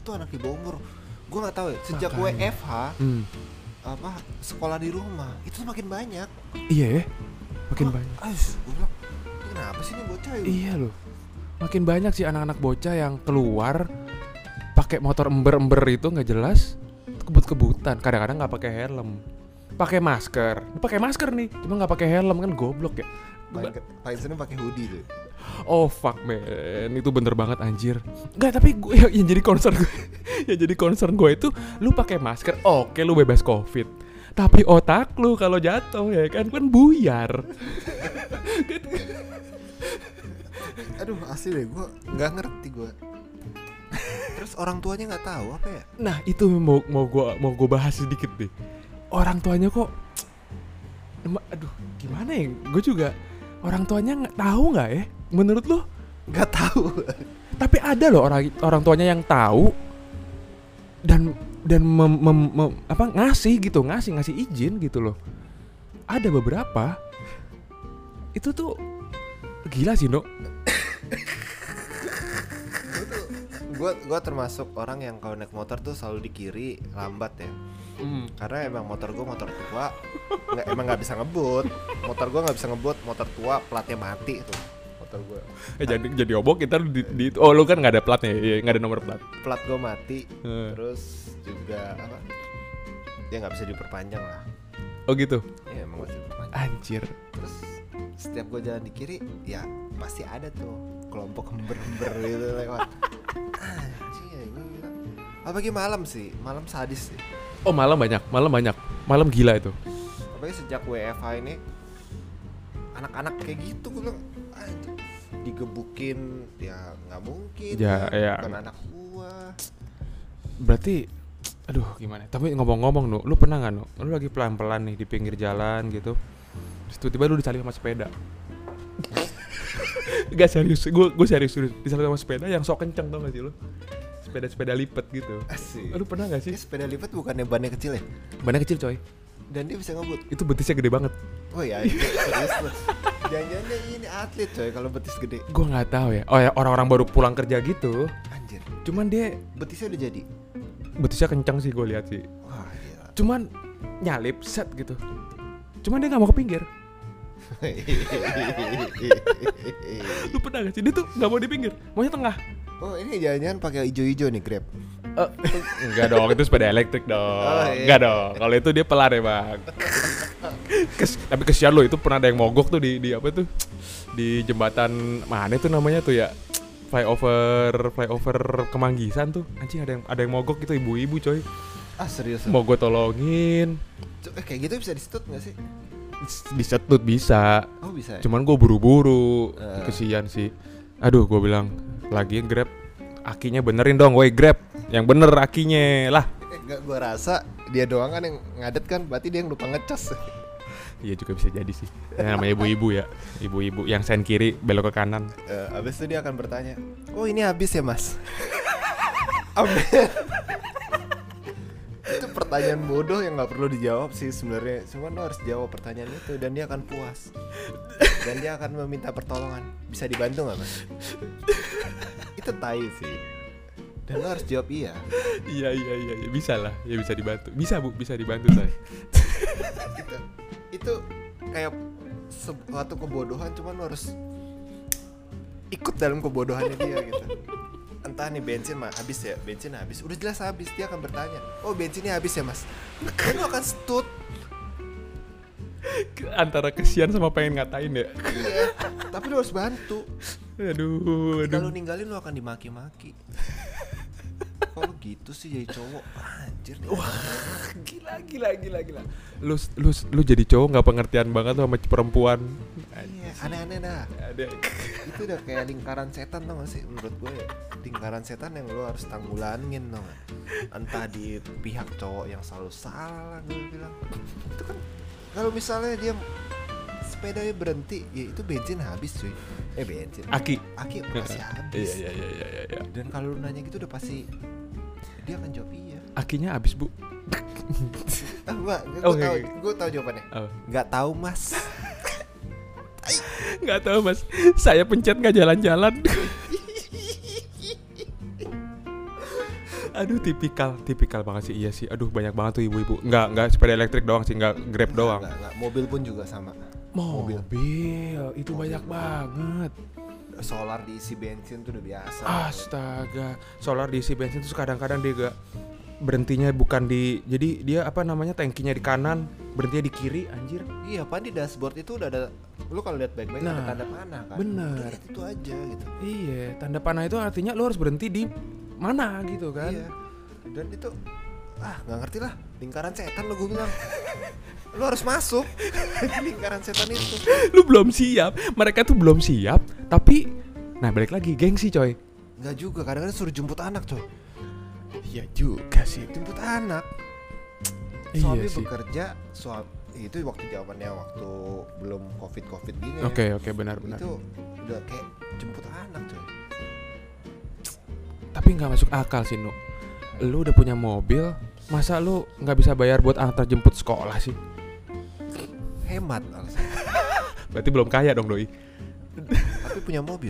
tuh anak di bawah umur. Gue nggak tahu ya, sejak WFH apa sekolah di rumah itu makin banyak. Iya ya, makin banyak. Gue bilang, ini kenapa sih nih bocah ya? Iya loh, makin banyak sih anak-anak bocah yang keluar pakai motor ember-ember itu nggak jelas, kebut-kebutan. Kadang-kadang nggak pakai helm, pakai masker nih, cuma nggak pakai helm, kan goblok ya. Paling sering pakai hoodie tuh. Oh fuck man, itu bener banget anjir. Enggak, tapi gue yang jadi concern gue yang jadi concern gue itu, lu pakai masker, oke, lu bebas covid, tapi otak lu kalau jatuh ya kan buyar. Aduh, asli deh, gue nggak ngerti gue. Terus orang tuanya nggak tahu apa ya? Nah itu mau gue bahas sedikit deh. Orang tuanya kok, aduh gimana ya? Gue juga, orang tuanya nggak tahu nggak ya? Menurut lo? Nggak tahu. Tapi ada loh orang tuanya yang tahu dan ngasih izin gitu loh. Ada beberapa. Itu tuh gila sih, No. Gue termasuk orang yang kalau naik motor tuh selalu di kiri, lambat ya. Karena emang motor gue motor tua, emang nggak bisa ngebut. Motor gue nggak bisa ngebut, motor tua, platnya mati tuh motor gue. Jadi obok kita di oh lu kan nggak ada platnya, nggak ada nomor plat. Plat gue mati, terus juga apa? Ya nggak bisa diperpanjang lah. Oh gitu? Ya emang nggak bisa diperpanjang. Anjir. Terus setiap gue jalan di kiri, ya pasti ada tuh kelompok hember-hember gitu lewat. Anjir, gue bilang. Apalagi malam sih, malam sadis sih. Oh malam banyak, malam gila itu. Apalagi sejak WFH ini, anak-anak kayak gitu gue bilang, digebukin, ya nggak mungkin. Ya. Bukan anak gua. Berarti, aduh gimana? Tapi ngomong-ngomong, Nu, lu pernah nggak, Nu? Lu lagi pelan-pelan nih di pinggir jalan gitu, terus tiba-tiba lu disalip sama sepeda. Gak serius, gue serius disalip sama sepeda yang sok kenceng, tau gak sih lu? Sepeda lipat gitu. Asik. Lu pernah gak sih? Sepeda lipat bukannya bannya kecil ya? Bannya kecil coy. Dan dia bisa ngebut. Itu betisnya gede banget. Oh ya, serius lu. Jangan-jangan dia ini atlet coy kalau betis gede. Gue nggak tahu ya. Oh ya, orang-orang baru pulang kerja gitu. Anjir. Cuman dia betisnya udah jadi. Betisnya kencang sih gue lihat sih. Wah gila. Cuman nyalip set gitu. Cuman dia nggak mau ke pinggir. Lu pernah gak sih? Dia tuh nggak mau di pinggir, maunya tengah. Oh ini jangan-jangan pakai hijau-hijau nih Grab. Enggak dong, itu sepeda elektrik dong. Enggak dong, kalau itu dia pelan ya bang. Tapi kesian lo, itu pernah ada yang mogok tuh di apa tuh, di jembatan mana itu namanya tuh ya, flyover Kemanggisan tuh. Anjing ada yang mogok gitu, ibu-ibu coy. Ah serius? Mau gue tolongin. Kayak gitu bisa di-stut gak sih? Disetut bisa. Oh bisa ya? Cuman gue buru-buru, kesian sih. Aduh gue bilang, lagian Grab akinya benerin dong, woi Grab, yang bener akinya lah. Enggak, gue rasa dia doang kan yang ngadet kan, berarti dia yang lupa ngecas. Iya juga bisa jadi sih. Namanya ibu-ibu ya, ibu-ibu yang sen kiri belok ke kanan. Abis itu dia akan bertanya, oh ini habis ya mas? Itu pertanyaan bodoh yang nggak perlu dijawab sih sebenarnya. Cuma lo harus jawab pertanyaan itu dan dia akan puas. Dan dia akan meminta pertolongan. Bisa dibantu nggak mas? Itu tai sih. Dan lo harus jawab iya. Iya bisa lah, ya bisa dibantu. Bisa bu, bisa dibantu saya. itu kayak suatu kebodohan, cuman lo harus ikut dalam kebodohannya dia gitu. Entah nih bensin mah habis ya, bensin habis, udah jelas habis, dia akan bertanya, oh bensinnya habis ya mas? Dan lo akan stut. Antara kesian sama pengen ngatain ya. Iya, tapi lo harus bantu. Aduh. Kalau ninggalin lo akan dimaki-maki. Kalau gitu sih jadi cowok, anjir. Wah, gila. Lu jadi cowok nggak pengertian banget sama perempuan. Iya, aneh-aneh dah. Itu udah kayak lingkaran setan tau gak sih? Menurut gue lingkaran setan yang lo harus tanggulanin tau gak? Entah di pihak cowok yang selalu salah, gue bilang. Itu kan kalau misalnya dia sepedanya berhenti, ya itu bensin habis cuy. Bensin. Aki udah pasti habis. Iya. Dan kalau lu nanya gitu udah pasti dia akan jawab iya. Akinya habis bu. Gue tahu jawabannya. Nggak tahu mas. Nggak tahu mas. Saya pencet nggak jalan-jalan. Aduh, tipikal banget sih. Iya sih. Aduh, banyak banget tuh ibu-ibu. Enggak sepeda elektrik doang sih, enggak Grab doang. Enggak. Mobil pun juga sama. Mobil itu banyak banget. Solar diisi bensin tuh udah biasa. Astaga, solar diisi bensin tuh kadang-kadang dia gak berhentinya bukan di, jadi dia apa namanya, tangkinya di kanan, berhentinya di kiri, anjir. Iya, Pak, di dashboard itu udah ada, lu kalau lihat baik-baik ada tanda panah kan. Bener. Itu aja gitu. Iya, tanda panah itu artinya lu harus berhenti di mana gitu kan. Iya. Dan itu nggak ngerti lah, lingkaran setan lo gue bilang. Lu harus masuk lingkaran setan itu. Lu belum siap, mereka tuh belum siap, tapi nah balik lagi gengsi coy. Enggak juga, kadang-kadang suruh jemput anak coy. Iya juga sih, jemput anak. Suami bekerja, itu waktu zamannya waktu belum covid gini. Oke, benar. Itu udah kayak jemput anak coy. Tapi nggak masuk akal sih, Nu. Lu udah punya mobil, masa lu nggak bisa bayar buat antar jemput sekolah sih? Hemat alasan. Berarti belum kaya dong doi. Tapi punya mobil.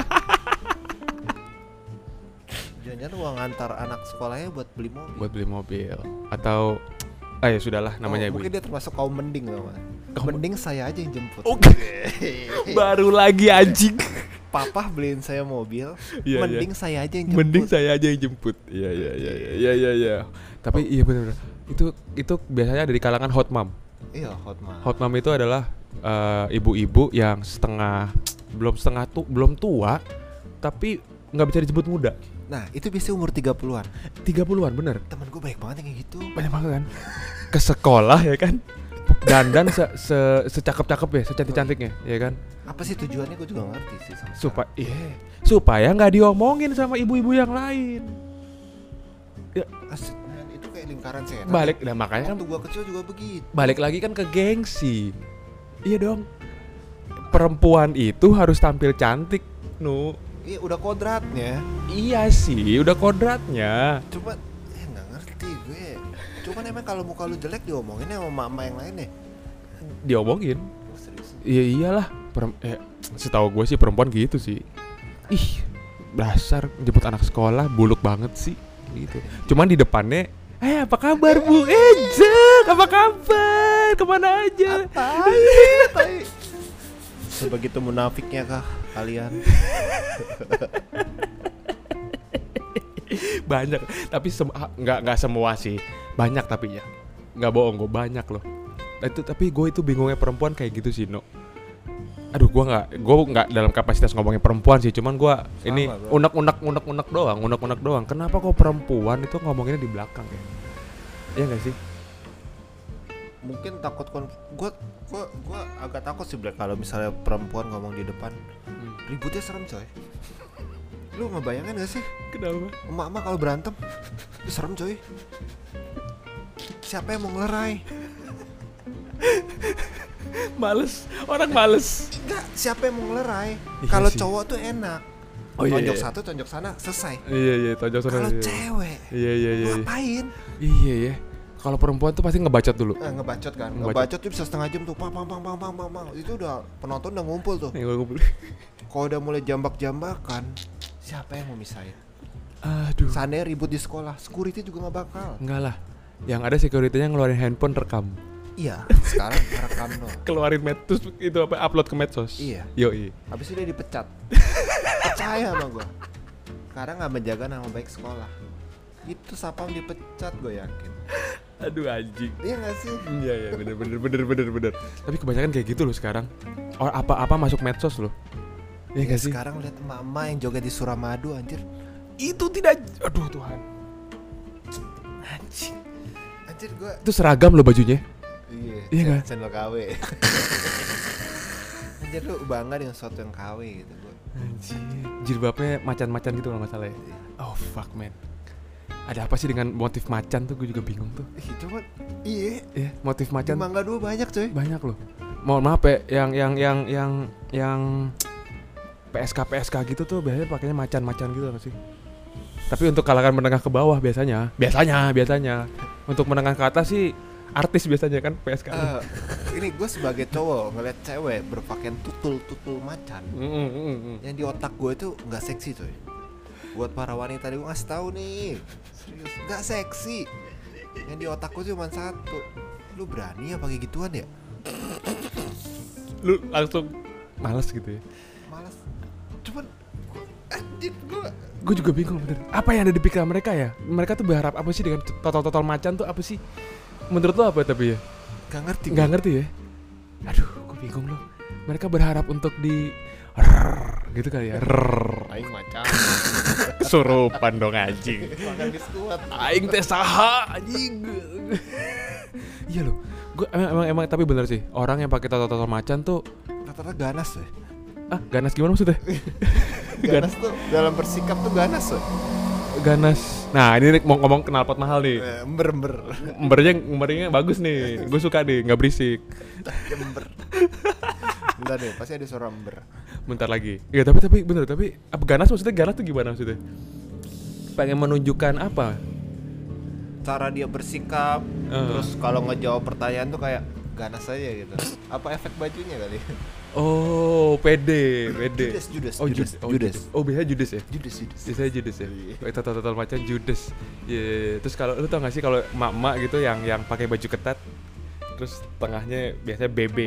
Jangan-jangan uang antar anak sekolahnya buat beli mobil. Atau ya sudahlah namanya ibu. Mungkin dia termasuk kaum mending loh, Mas. Mending saya aja yang jemput. Baru lagi anjing. Papa beliin saya mobil, mending saya aja yang jemput. Iya. Tapi iya benar. Itu biasanya dari kalangan hot mom. Iya, hot mom. Hot mom itu adalah ibu-ibu yang belum tua, tapi nggak bisa disebut muda. Nah, itu biasanya umur 30-an. 30-an bener. Temen gue banyak banget yang kayak gitu. Banyak banget kan. Ke sekolah ya kan. Dandan secakep-cakep ya, secantik-cantiknya, ya kan? Apa sih tujuannya, gue juga ngerti sih. Supaya nggak diomongin sama ibu-ibu yang lain. Ya, itu kayak lingkaran setan. Makanya kan waktu gue kecil juga begitu. Balik lagi kan ke gengsi. Iya dong. Perempuan itu harus tampil cantik, Nu. Iya, udah kodratnya. Iya sih, udah kodratnya. Cuma nggak ngerti gue. Cuman emang kalau muka lu jelek diomongin sama mama yang lain deh. Diomongin. Serius? Iya iyalah. Setahu gue sih perempuan gitu sih. Ih, dasar jemput anak sekolah buluk banget sih gitu. Cuman di depannya, apa kabar Bu? Jack, apa kabar? Kemana aja? Tai. Sebegitu munafiknya kah kalian? Banyak, tapi nggak semua sih. Banyak tapi ya, nggak bohong, gue banyak loh. Tapi gue itu bingungnya perempuan kayak gitu sih, No. Aduh, gue nggak dalam kapasitas ngomongin perempuan sih, cuman gue ini unek-unek doang. Kenapa kok perempuan itu ngomonginnya di belakang ya? Iya nggak sih? Mungkin takut gue agak takut sih kalau misalnya perempuan ngomong di depan. Ributnya serem coy. Lu ngebayangin gak sih? Kenapa? Emak-emak kalau berantem serem coy. Siapa yang mau ngelerai? Orang males. Enggak, siapa yang mau ngelerai? Kalau cowok tuh enak. Tonjok satu, tonjok sana, selesai. Iya, tonjok sana. Kalau cewek, iya. ngapain? Iya. Kalau perempuan tuh pasti ngebacot dulu. Ngebacot kan. Ngebacot tuh bisa setengah jam tuh. Pang. Itu udah penonton udah ngumpul tuh. Kalau udah mulai jambak-jambakan, siapa yang mau misahin? Aduh. Seandainya ribut di sekolah, security juga nggak bakal. Enggak lah. Yang ada securitynya ngeluarin handphone rekam. Iya. Sekarang rekam doang. Keluarin terus itu upload ke medsos. Iya. Yoi. Habis itu dia dipecat. Percaya sama gue. Sekarang nggak menjaga nama baik sekolah. Itu sapam dipecat, gue yakin. Aduh anjing. Iya gak sih? Iya bener. Tapi kebanyakan kayak gitu loh sekarang. Apa-apa masuk medsos loh. Iya gak sih? Sekarang lihat mama yang joget di Suramadu anjir. Itu tidak. Aduh Tuhan. Anjir gue. Itu seragam loh bajunya. Iya kan? Channel KW. Anjir lu bangga dengan sesuatu yang KW gitu gue. Anjir. Jilbabnya macan-macan gitu kalau gak salah ya. Oh fuck man. Ada apa sih dengan motif macan tuh, gue juga bingung tuh. Cuman iya, motif macan. Di Mangga 2 banyak coy. Banyak loh. Mohon maaf ya, yang PSK gitu tuh biasanya pakainya macan gitu gak sih? Tapi untuk kalangan menengah ke bawah biasanya. Untuk menengah ke atas sih artis biasanya kan PSK. Ini gue sebagai cowok ngeliat cewek berpakaian tutul macan. Yang di otak gue itu nggak seksi coy. Buat para wanita gue ngasih tahu nih, Serius, nggak seksi. Yang di otakku cuma satu. Lu berani ya pakai gituan ya? Lu langsung males gitu ya? Malas. Cuman anjir Gue juga bingung bener. Apa yang ada di pikiran mereka ya? Mereka tuh berharap apa sih dengan total macan tuh apa sih? Menurut lo apa tapi ya? gak ngerti. Gak ngerti ya? Aduh, gue bingung loh. Mereka berharap untuk di gitu kali ya. Aing macam Kesurupan dong anjing. makan biskuit. Aing teh saha anjing. Iya loh. Gue emang tapi bener sih. Orang yang pakai total macan tuh Rata-rata ganas ya. Ganas gimana maksudnya? Ganas tuh dalam bersikap tuh ganas ya. Ganas. Nah, ini mau ngomong knalpot mahal nih. Ember. Embernya bagus nih. Gue suka deh, nggak berisik. Ember. Bentar deh, pasti ada suara ember. Bentar lagi. Ya tapi bener, tapi apa ganas maksudnya? Ganas tuh gimana maksudnya? Pengen menunjukkan apa? Cara dia bersikap, terus kalau ngejawab pertanyaan tuh kayak ganas aja gitu. Apa efek bajunya kali? Oh, pede. Judas. Oh, biasanya Judas ya? Judas. Biasanya Judas ya? Total macan Judas. Yeah. Terus kalau lu tau gak sih kalau emak-emak gitu yang pakai baju ketat, terus tengahnya biasanya BB.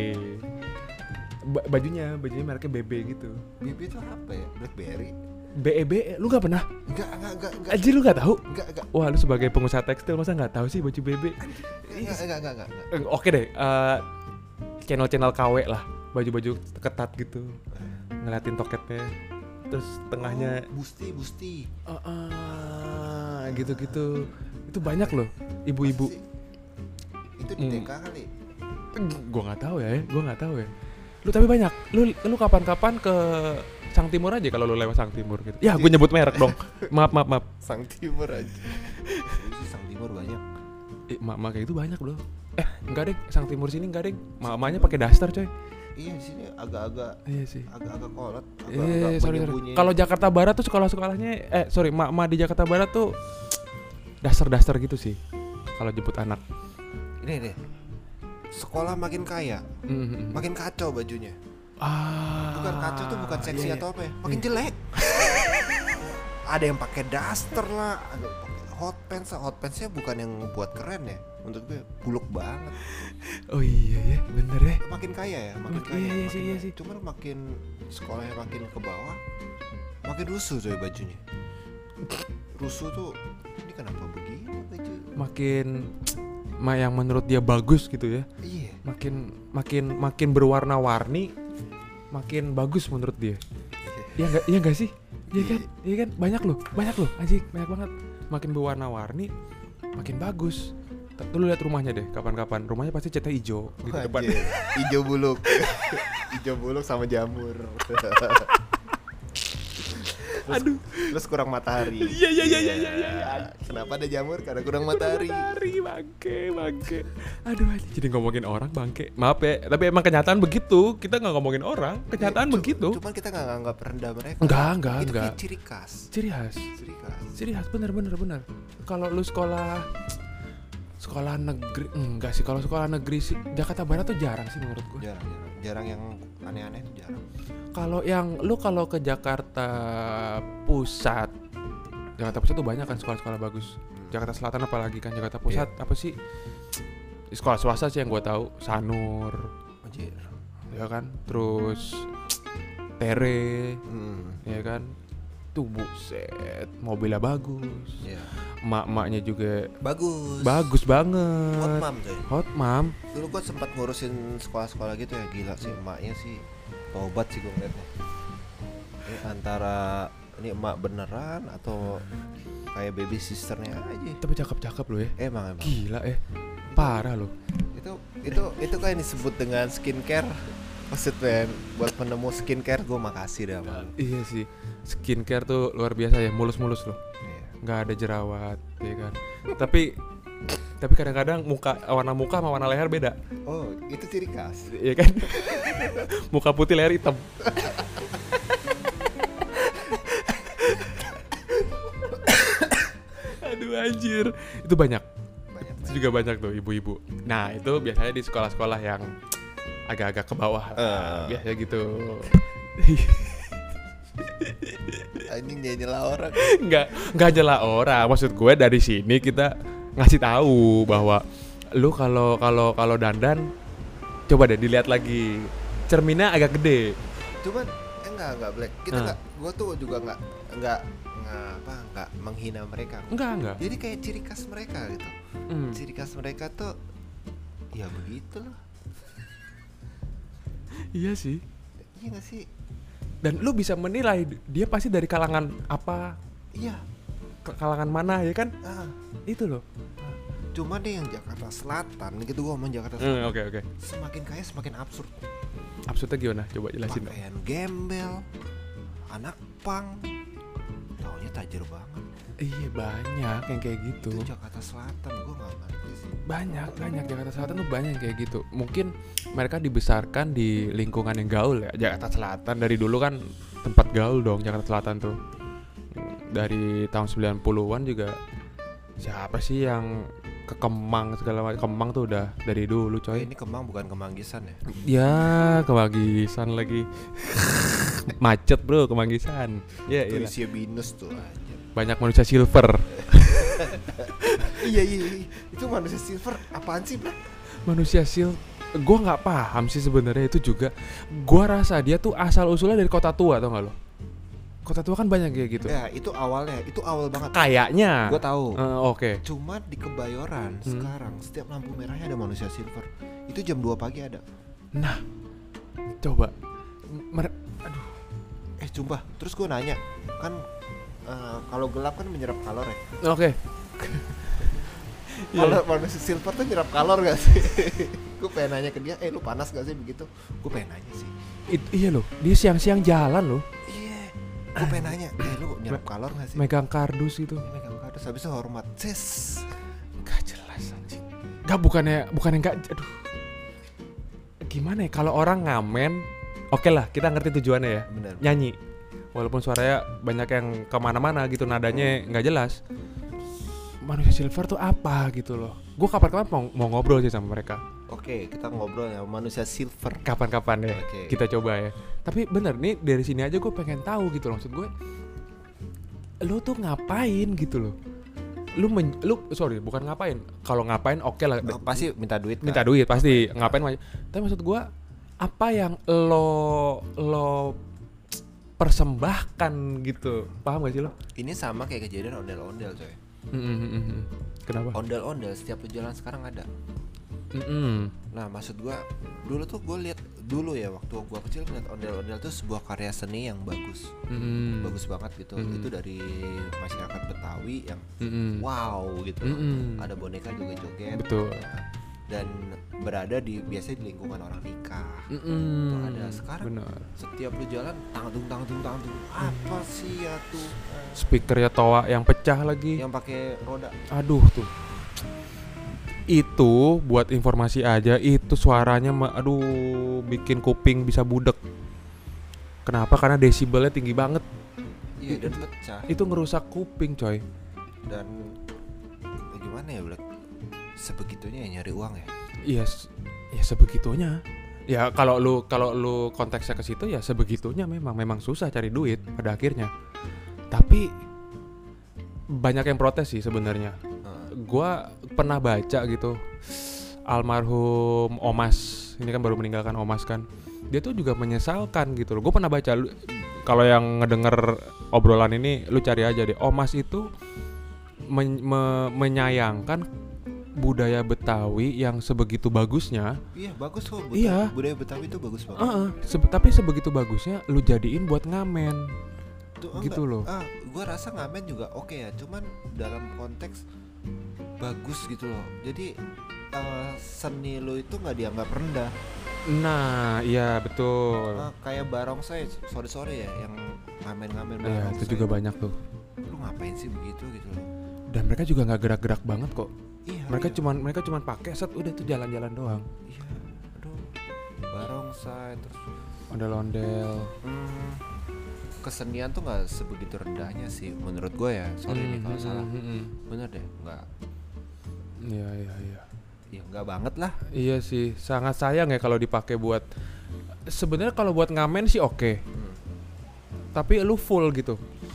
Bajunya mereknya BB gitu. BB itu apa ya? Blackberry. BEB, lu gak pernah? Enggak. Anjir lu gak tahu? Enggak. Wah, lu sebagai pengusaha tekstil masa gak tahu sih baju BB? Enggak. Oke deh, channel KW lah, baju-baju ketat gitu, ngeliatin toketnya, terus tengahnya Busti. gitu-gitu. Itu banyak loh, ibu-ibu. Itu di TK kali. Gue nggak tahu ya. Lu tapi banyak. Lu kapan-kapan ke Sang Timur aja kalau lu lewat Sang Timur gitu. Ya, gue nyebut merek dong. Maaf. Sang Timur aja. Ini Sang Timur banyak. Mak kayak gitu banyak bro. Enggak deh, Sang Timur sini enggak deh. Mamanya pakai daster coy. Iya di sini agak-agak. Iya sih. Agak-agak kolot. Sorry. Kalau Jakarta Barat tuh sekolahnya mak di Jakarta Barat tuh daster gitu sih. Kalau jemput anak. Ini deh. Sekolah makin kaya, makin kacau bajunya. Bukan kacau tuh bukan seksi atau apa ya? Makin jelek. Ada yang pakai daster lah, ada pakai hot pants. Hot pantsnya bukan yang buat keren ya. Menurut gue buluk banget. Oh iya ya, bener ya. Makin kaya ya, makin kaya. Iya sih. Cuman makin sekolahnya makin ke bawah, makin rusuh coy bajunya. Rusuh tuh, ini kenapa begini baju? Makin yang menurut dia bagus gitu ya. Iya. Makin berwarna-warni, makin bagus menurut dia. Iya enggak sih? Iya kan? Banyak loh, anjing, banyak banget. Makin berwarna-warni, makin bagus. Lu lihat rumahnya deh, kapan-kapan rumahnya pasti catnya hijau gitu depan. Hijau buluk. Hijau buluk sama jamur. Aduh, terus kurang matahari. Iya. Kenapa ada jamur? Karena kurang matahari. Bangke. Aduh, jadi ngomongin orang bangke. Maaf ya, tapi emang kenyataan begitu. Kita nggak ngomongin orang, kenyataan begitu. Cuman kita nggak nganggap rendah mereka. Enggak. Itu kayak ciri khas. Ciri khas, bener. Kalau lu sekolah negeri, enggak sih. Kalau sekolah negeri sih Jakarta Barat tuh jarang sih menurut gue. Jarang yang aneh-aneh tuh jarang. Kalau ke Jakarta Pusat tuh banyak kan sekolah-sekolah bagus. Jakarta Selatan apalagi kan. Jakarta Pusat apa sih? Sekolah swasta sih yang gue tahu, Sanur. Anjir. Ya kan? Terus Tere. Ya kan? Tuh buset, mobilnya bagus. Yeah. Emak-emaknya juga bagus banget. Hot mom. Dulu gue sempat ngurusin sekolah-sekolah gitu ya, gila sih emaknya sih. Tobat sih gue ngeliatnya. Ini antara ini emak beneran atau kayak baby sisternya aja. Tapi cakep loh ya. Emang. Gila parah loh. Itu kayak disebut dengan skincare. Maksudnya buat penemu skincare gue makasih dah bang. Iya sih, skincare tuh luar biasa ya, mulus loh. Nggak ada jerawat, ya kan. Tapi kadang-kadang warna muka sama warna leher beda. Oh, itu ciri khas. Iya kan? Muka putih, leher hitam. Aduh anjir, itu banyak. Itu juga banyak tuh ibu-ibu. Nah itu biasanya di sekolah-sekolah yang agak-agak ke bawah, biasanya gitu. anjing nyela orang. Enggak jela orang. Maksud gue dari sini kita ngasih tahu bahwa lu kalau dandan coba deh dilihat lagi. Cerminnya agak gede. Cuman enggak Black. Kita gue tuh juga enggak menghina mereka. Enggak. Jadi kayak ciri khas mereka gitu. Ciri khas mereka tuh ya begitulah. Iya sih. Iya gak sih? Dan lu bisa menilai dia pasti dari kalangan apa? Iya. Kalangan mana ya kan? Itu loh. Cuma deh yang Jakarta Selatan gitu, gua ngomong Jakarta Selatan. Oke. Semakin kaya semakin absurd. Absurdnya gimana? Coba jelasin. Pakaian gembel, anak pang, taunya tajir banget. Iya banyak yang kayak gitu. Itu Jakarta Selatan, gua nggak ngerti sih. Banyak Jakarta Selatan tuh banyak yang kayak gitu. Mungkin mereka dibesarkan di lingkungan yang gaul ya. Jakarta Selatan dari dulu kan tempat gaul dong Jakarta Selatan tuh. Dari tahun 90-an juga siapa sih yang ke Kemang segala macam. Kemang tuh udah dari dulu coy. Ini Kemang bukan Kemanggisan ya? Ya Kemanggisan lagi. Macet bro Kemanggisan. Ya itu iya. Isi binus tuh aja. Banyak manusia silver. Iya. Itu manusia silver apaan sih bro? Manusia silver. Gue nggak paham sih sebenarnya itu juga. Gue rasa dia tuh asal usulnya dari Kota Tua tau nggak lo? Kota Tua kan banyak kayak gitu. Ya itu awalnya, itu awal banget. Kayaknya. Gue tahu. Oke. Cuma di Kebayoran sekarang setiap lampu merahnya ada manusia silver. Itu jam 2 pagi ada. Nah, coba. Aduh. Sumpah. Terus gue nanya, kan kalau gelap kan menyerap kalor ya. Oke. Kalau manusia silver tuh nyerap kalor gak sih? Gue pengen nanya ke dia, lu panas gak sih begitu? Gue pengen nanya sih. Iya loh, dia siang-siang jalan loh. Iya. Gue pengen nanya, lu nyerap kalor gak sih? Megang kardus itu. Megang kardus, habis itu hormat. Gak jelas anjing. Gak bukannya gak, aduh. Gimana ya, kalau orang ngamen, oke lah, kita ngerti tujuannya ya. Bener. Nyanyi. Walaupun suaranya banyak yang kemana-mana gitu, nadanya gak jelas. Manusia silver tuh apa gitu loh. Gue kapan-kapan mau ngobrol sih sama mereka. Oke, kita ngobrol ya manusia silver. Kapan-kapan ya, kita coba ya. Tapi bener nih dari sini aja gue pengen tahu gitu loh. Maksud gue, lu tuh ngapain gitu loh. Bukan ngapain. Kalau ngapain oke lah. Pasti minta duit. Minta duit pasti. Ngapain. Tapi maksud gue, apa yang lo persembahkan gitu. Paham gak sih lo? Ini sama kayak kejadian ondel-ondel coy. Kenapa? Ondel-ondel setiap lu jalan sekarang ada. Nah maksud gue dulu tuh gue lihat dulu ya waktu gue kecil lihat ondel-ondel tuh sebuah karya seni yang bagus, bagus banget gitu. Itu dari masyarakat Betawi yang wow gitu. Ada boneka juga joget. Betul. Ya. Dan berada biasanya di lingkungan orang nikah. Tuh ada sekarang. Bener. Setiap lu jalan tangtung. Apa sih ya tuh? Speakernya toa yang pecah lagi. Yang pakai roda. Aduh tuh. Itu buat informasi aja, itu suaranya bikin kuping bisa budek. Kenapa? Karena desibelnya tinggi banget. Iya dan pecah. Itu ngerusak kuping coy. Dan gimana ya Black? Sebegitunya ya nyari uang ya? Iya, ya sebegitunya. Ya kalau lu konteksnya ke situ ya sebegitunya memang susah cari duit pada akhirnya. Tapi banyak yang protes sih sebenarnya. Gua pernah baca gitu. Almarhum Omas, ini kan baru meninggalkan Omas kan. Dia tuh juga menyesalkan gitu loh. Gue pernah baca, kalau yang ngedenger obrolan ini lu cari aja deh. Omas itu menyayangkan budaya Betawi yang sebegitu bagusnya. Iya bagus kok. Budaya Betawi itu bagus banget. Tapi sebegitu bagusnya lu jadiin buat ngamen. Tuh, gitu loh. Gue rasa ngamen juga oke ya. Cuman dalam konteks bagus gitu loh. Jadi seni lu itu nggak dianggap rendah. Nah iya betul. Kayak barongsai sore ya yang ngamen-ngamen barongsai. Iya itu juga banyak tuh. Lu ngapain sih begitu gitu loh. Dan mereka juga nggak gerak-gerak banget kok. Iya, mereka cuman pakai set udah tuh jalan-jalan doang. Iya, aduh. Barongsai terus ondel-ondel. Kesenian tuh nggak sebegitu rendahnya sih menurut gue ya. Sorry nih kalau salah. Bener deh, nggak. Iya. Ya nggak banget lah. Iya sih, sangat sayang ya kalau dipakai buat. Sebenarnya kalau buat ngamen sih oke. Tapi lu full gitu.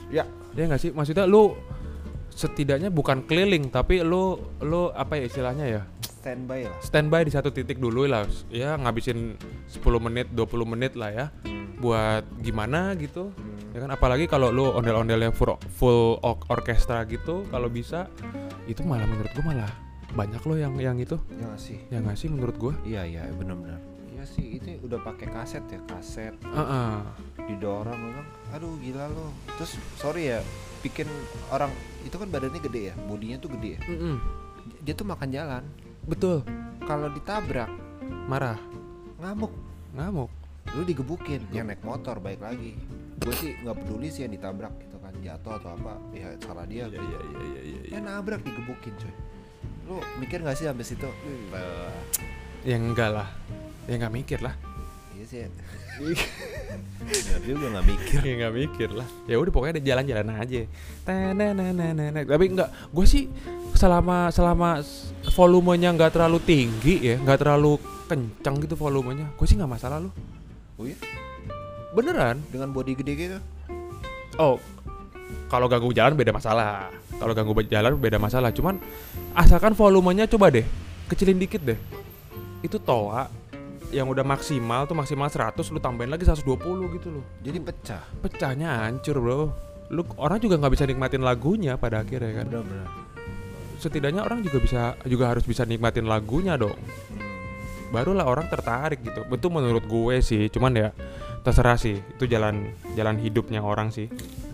Ya. Ya nggak sih, maksudnya lu setidaknya bukan keliling tapi lu apa ya istilahnya ya, standby di satu titik dulu lah ya, ngabisin 10 menit 20 menit lah ya buat gimana gitu ya kan. Apalagi kalau lu ondel-ondelnya full orkestra gitu, kalau bisa itu malah menurut gua malah banyak loh yang itu ya nggak sih menurut gua. Iya benar-benar iya sih. Itu udah pakai kaset didorong bilang aduh gila lo. Terus sorry ya, bikin orang itu kan badannya gede ya, bodinya tuh gede ya. Dia tuh makan jalan. Betul. Kalau ditabrak marah, ngamuk. Lu digebukin, yang naik motor baik lagi. Gue sih nggak peduli sih yang ditabrak gitu kan, jatuh atau apa ya salah dia. Ya nabrak digebukin coy. Lu mikir nggak sih sampai situ? Ya enggak lah, ya nggak mikir lah. Iya sih. Bener juga nggak mikir. Ya nggak mikir lah. Ya udah pokoknya jalan-jalan aja. Tapi enggak, gue sih selama volumenya nggak terlalu tinggi ya, nggak terlalu kencang gitu volumenya, gue sih nggak masalah loh. Oh iya? Beneran? Dengan body gede gitu? Oh, kalau ganggu jalan beda masalah. Cuman asalkan volumenya coba deh kecilin dikit deh. Itu toa yang udah maksimal 100, lu tambahin lagi 120 gitu loh. Jadi pecahnya hancur bro. Lu orang juga nggak bisa nikmatin lagunya pada akhirnya kan. Benar. Setidaknya orang juga harus bisa nikmatin lagunya dong. Barulah orang tertarik gitu. Betul menurut gue sih. Cuman ya terserah sih. Itu jalan hidupnya orang sih.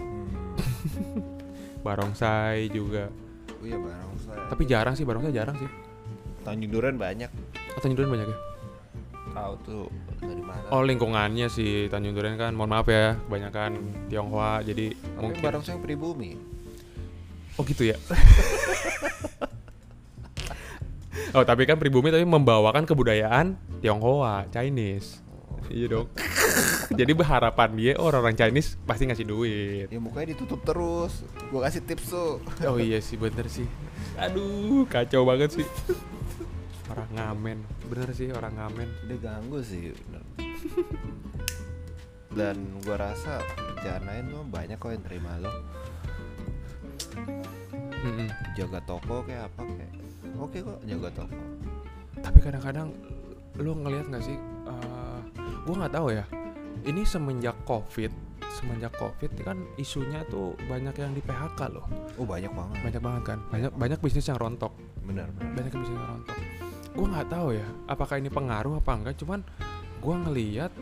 Barongsai juga. Oh iya barongsai. Tapi jarang sih barongsai sih. Tanjung Duren banyak. Tanjung Duren banyak ya? Tahu tuh dari mana? Oh lingkungannya sih Tanjung Duren kan. Mohon maaf ya, kebanyakan Tionghoa jadi tapi mungkin barongsai pribumi. Oh gitu ya. Oh tapi kan pribumi tapi membawakan kebudayaan Tionghoa, Chinese. Iya dong. Jadi berharapan dia orang Chinese pasti ngasih duit. Ya mukanya ditutup terus. Gua kasih tips tuh. Oh iya sih bener sih. Aduh kacau banget sih. Orang ngamen. Bener sih orang ngamen. Udah ganggu sih bener. Dan gua rasa kerjaan lain tuh banyak kok yang terima lo. Jaga toko kayak apa kayak oke kok jaga toko. Tapi kadang-kadang lo ngelihat nggak sih? Gue nggak tahu ya. Ini semenjak covid kan isunya tuh banyak yang di PHK loh. Oh banyak banget. Banyak banget kan. Banyak bisnis yang rontok. Benar. Banyak bisnis yang rontok. Gue nggak tahu ya. Apakah ini pengaruh apa enggak? Cuman gue ngelihat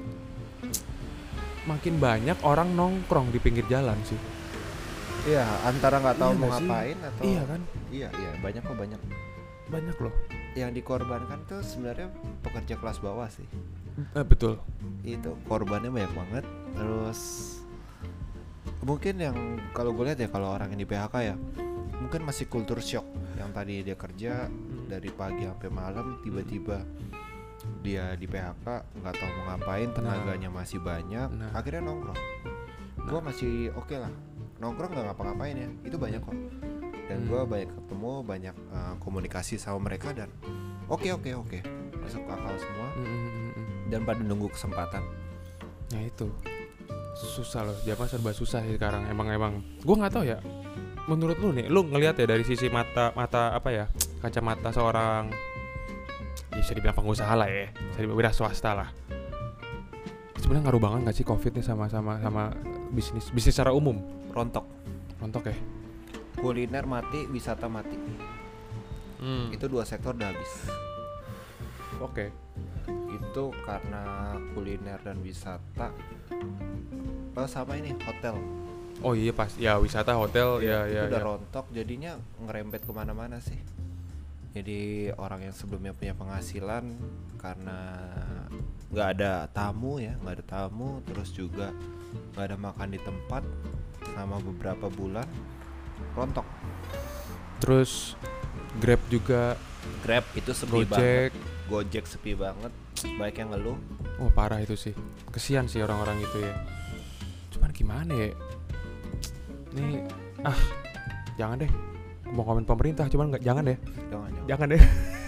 makin banyak orang nongkrong di pinggir jalan sih. Iya, antara nggak tahu iya mau ngapain sih? Atau iya kan? Iya, banyak loh. Yang dikorbankan tuh sebenarnya pekerja kelas bawah sih. Betul. Itu korbannya banyak banget. Terus mungkin yang kalau gue lihat ya kalau orang yang di PHK ya, mungkin masih kultur shock. Yang tadi dia kerja dari pagi sampai malam, tiba-tiba dia di PHK, nggak tahu mau ngapain, tenaganya masih banyak, akhirnya nongkrong. Gue masih oke lah. Nongkrong nggak ngapa-ngapain ya, itu banyak kok. Dan gue banyak ketemu, banyak komunikasi sama mereka dan oke masuk akal semua. Dan pada nunggu kesempatan. Nah itu susah loh, zaman serba susah sih sekarang. Emang gue nggak tahu ya. Menurut lu nih, lu ngelihat ya dari sisi mata apa ya, kacamata seorang ya bisa dibilang pengusaha lah ya, bisa dibilang wira swasta lah. Sebenarnya ngaruh banget nggak sih COVID nih sama bisnis secara umum? Rontok ya. Kuliner mati, wisata mati. Itu 2 sektor udah habis. Oke. Itu karena kuliner dan wisata. Sama ini hotel. Oh iya pas. Ya wisata hotel ya. Udah rontok, jadinya ngerembet kemana-mana sih. Jadi orang yang sebelumnya punya penghasilan karena nggak ada tamu, terus juga nggak ada makan di tempat sama beberapa bulan rontok. Terus Grab juga. Grab itu sepi banget. Gojek sepi banget. Baik yang ngeluh. Oh parah itu sih. Kesian sih orang-orang itu ya. Cuman gimana ya? Nih jangan deh. Mau komen pemerintah cuman jangan deh. Jangan deh.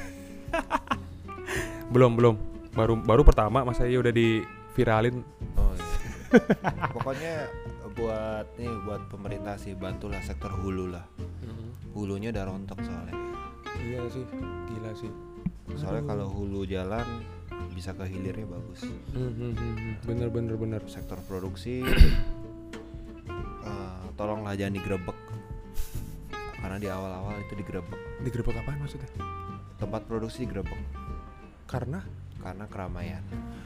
belum. Baru pertama masa iya udah diviralin. Oh, iya. Pokoknya buat pemerintah sih, bantulah sektor hulu lah. Hulunya udah rontok soalnya. Iya sih, gila sih. Soalnya kalau hulu jalan bisa ke hilirnya bagus. Bener. Sektor produksi tolonglah jangan digerebek. Karena di awal-awal itu digerebek. Digerebek apaan maksudnya? Tempat produksi digerebek. Karena keramaian.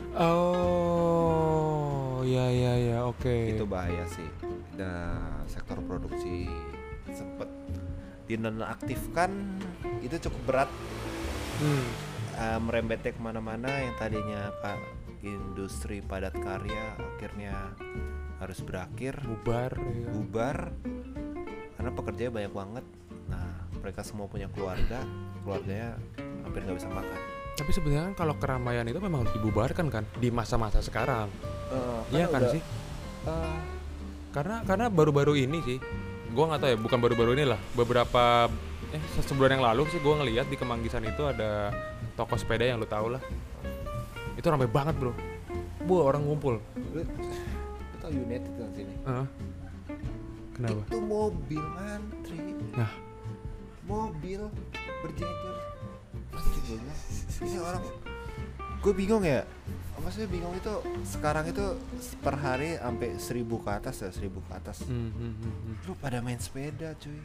Oh, ya, oke. Itu bahaya sih. Nah, sektor produksi sempet dinonaktifkan, itu cukup berat. Merembetnya kemana-mana. Yang tadinya industri padat karya akhirnya harus berakhir, bubar karena pekerjanya banyak banget. Nah, mereka semua punya keluarganya hampir nggak bisa makan. Tapi sebenarnya kalau keramaian itu memang harus dibubarkan kan di masa-masa sekarang. Iya kan sih? Karena baru-baru ini sih, gua nggak tahu ya, bukan baru-baru ini lah, beberapa sebulan yang lalu sih gua ngelihat di Kemanggisan itu ada toko sepeda yang lu tahu lah. Itu ramai banget bro, orang ngumpul. Lu tau United kan sini? Kenapa? Itu mobil ngantri. Nah, mobil berjejer. Ini orang, gue bingung ya. Maksudnya bingung itu sekarang itu per hari sampai 1000 ke atas ya, 1000 ke atas. Lu pada main sepeda cuy.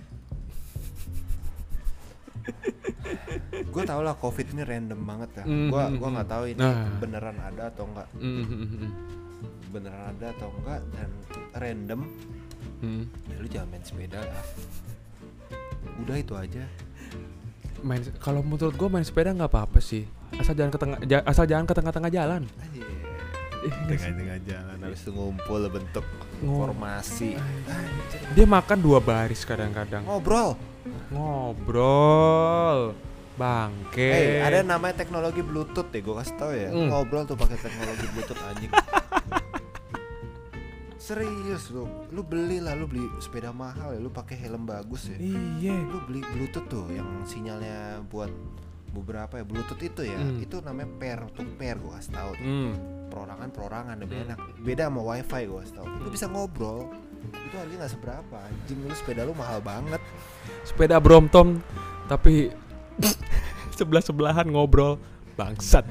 Gue tau lah COVID ini random banget ya. Gue nggak tahu ini beneran ada atau enggak. Beneran ada atau enggak dan random. Ya, lu jangan main sepeda lah. Udah itu aja. Kalau menurut gue main sepeda nggak apa-apa sih, asal jangan ke tengah-tengah jalan. Tengah-tengah jalan habis itu ngumpul bentuk formasi. Dia makan 2 baris kadang-kadang. Ngobrol. Bangke. Ada namanya teknologi Bluetooth deh, gue kasih tau ya. Ngobrol tuh pakai teknologi Bluetooth anjing. Serius lu beli sepeda mahal ya, lu pakai helm bagus ya. Iya. Lu beli Bluetooth tuh yang sinyalnya buat beberapa ya, Bluetooth itu ya. Itu namanya pair gua kasih tahu tuh. Perorangan lebih enak. Beda sama WiFi gua kasih tahu. Lu bisa ngobrol. Itu harganya enggak seberapa. Anjing, lu sepeda lu mahal banget. Sepeda Brompton tapi sebelah-sebelahan ngobrol. Bangsat.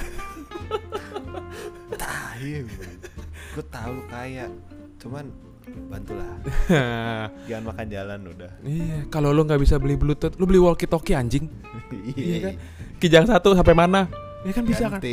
Gue tahu kayak, cuman bantulah. Jangan makan jalan udah. Iya, kalau lu nggak bisa beli Bluetooth, lu beli walkie talkie anjing. Iya kan? Kijang 1 sampai mana? Ya kan bisa kan?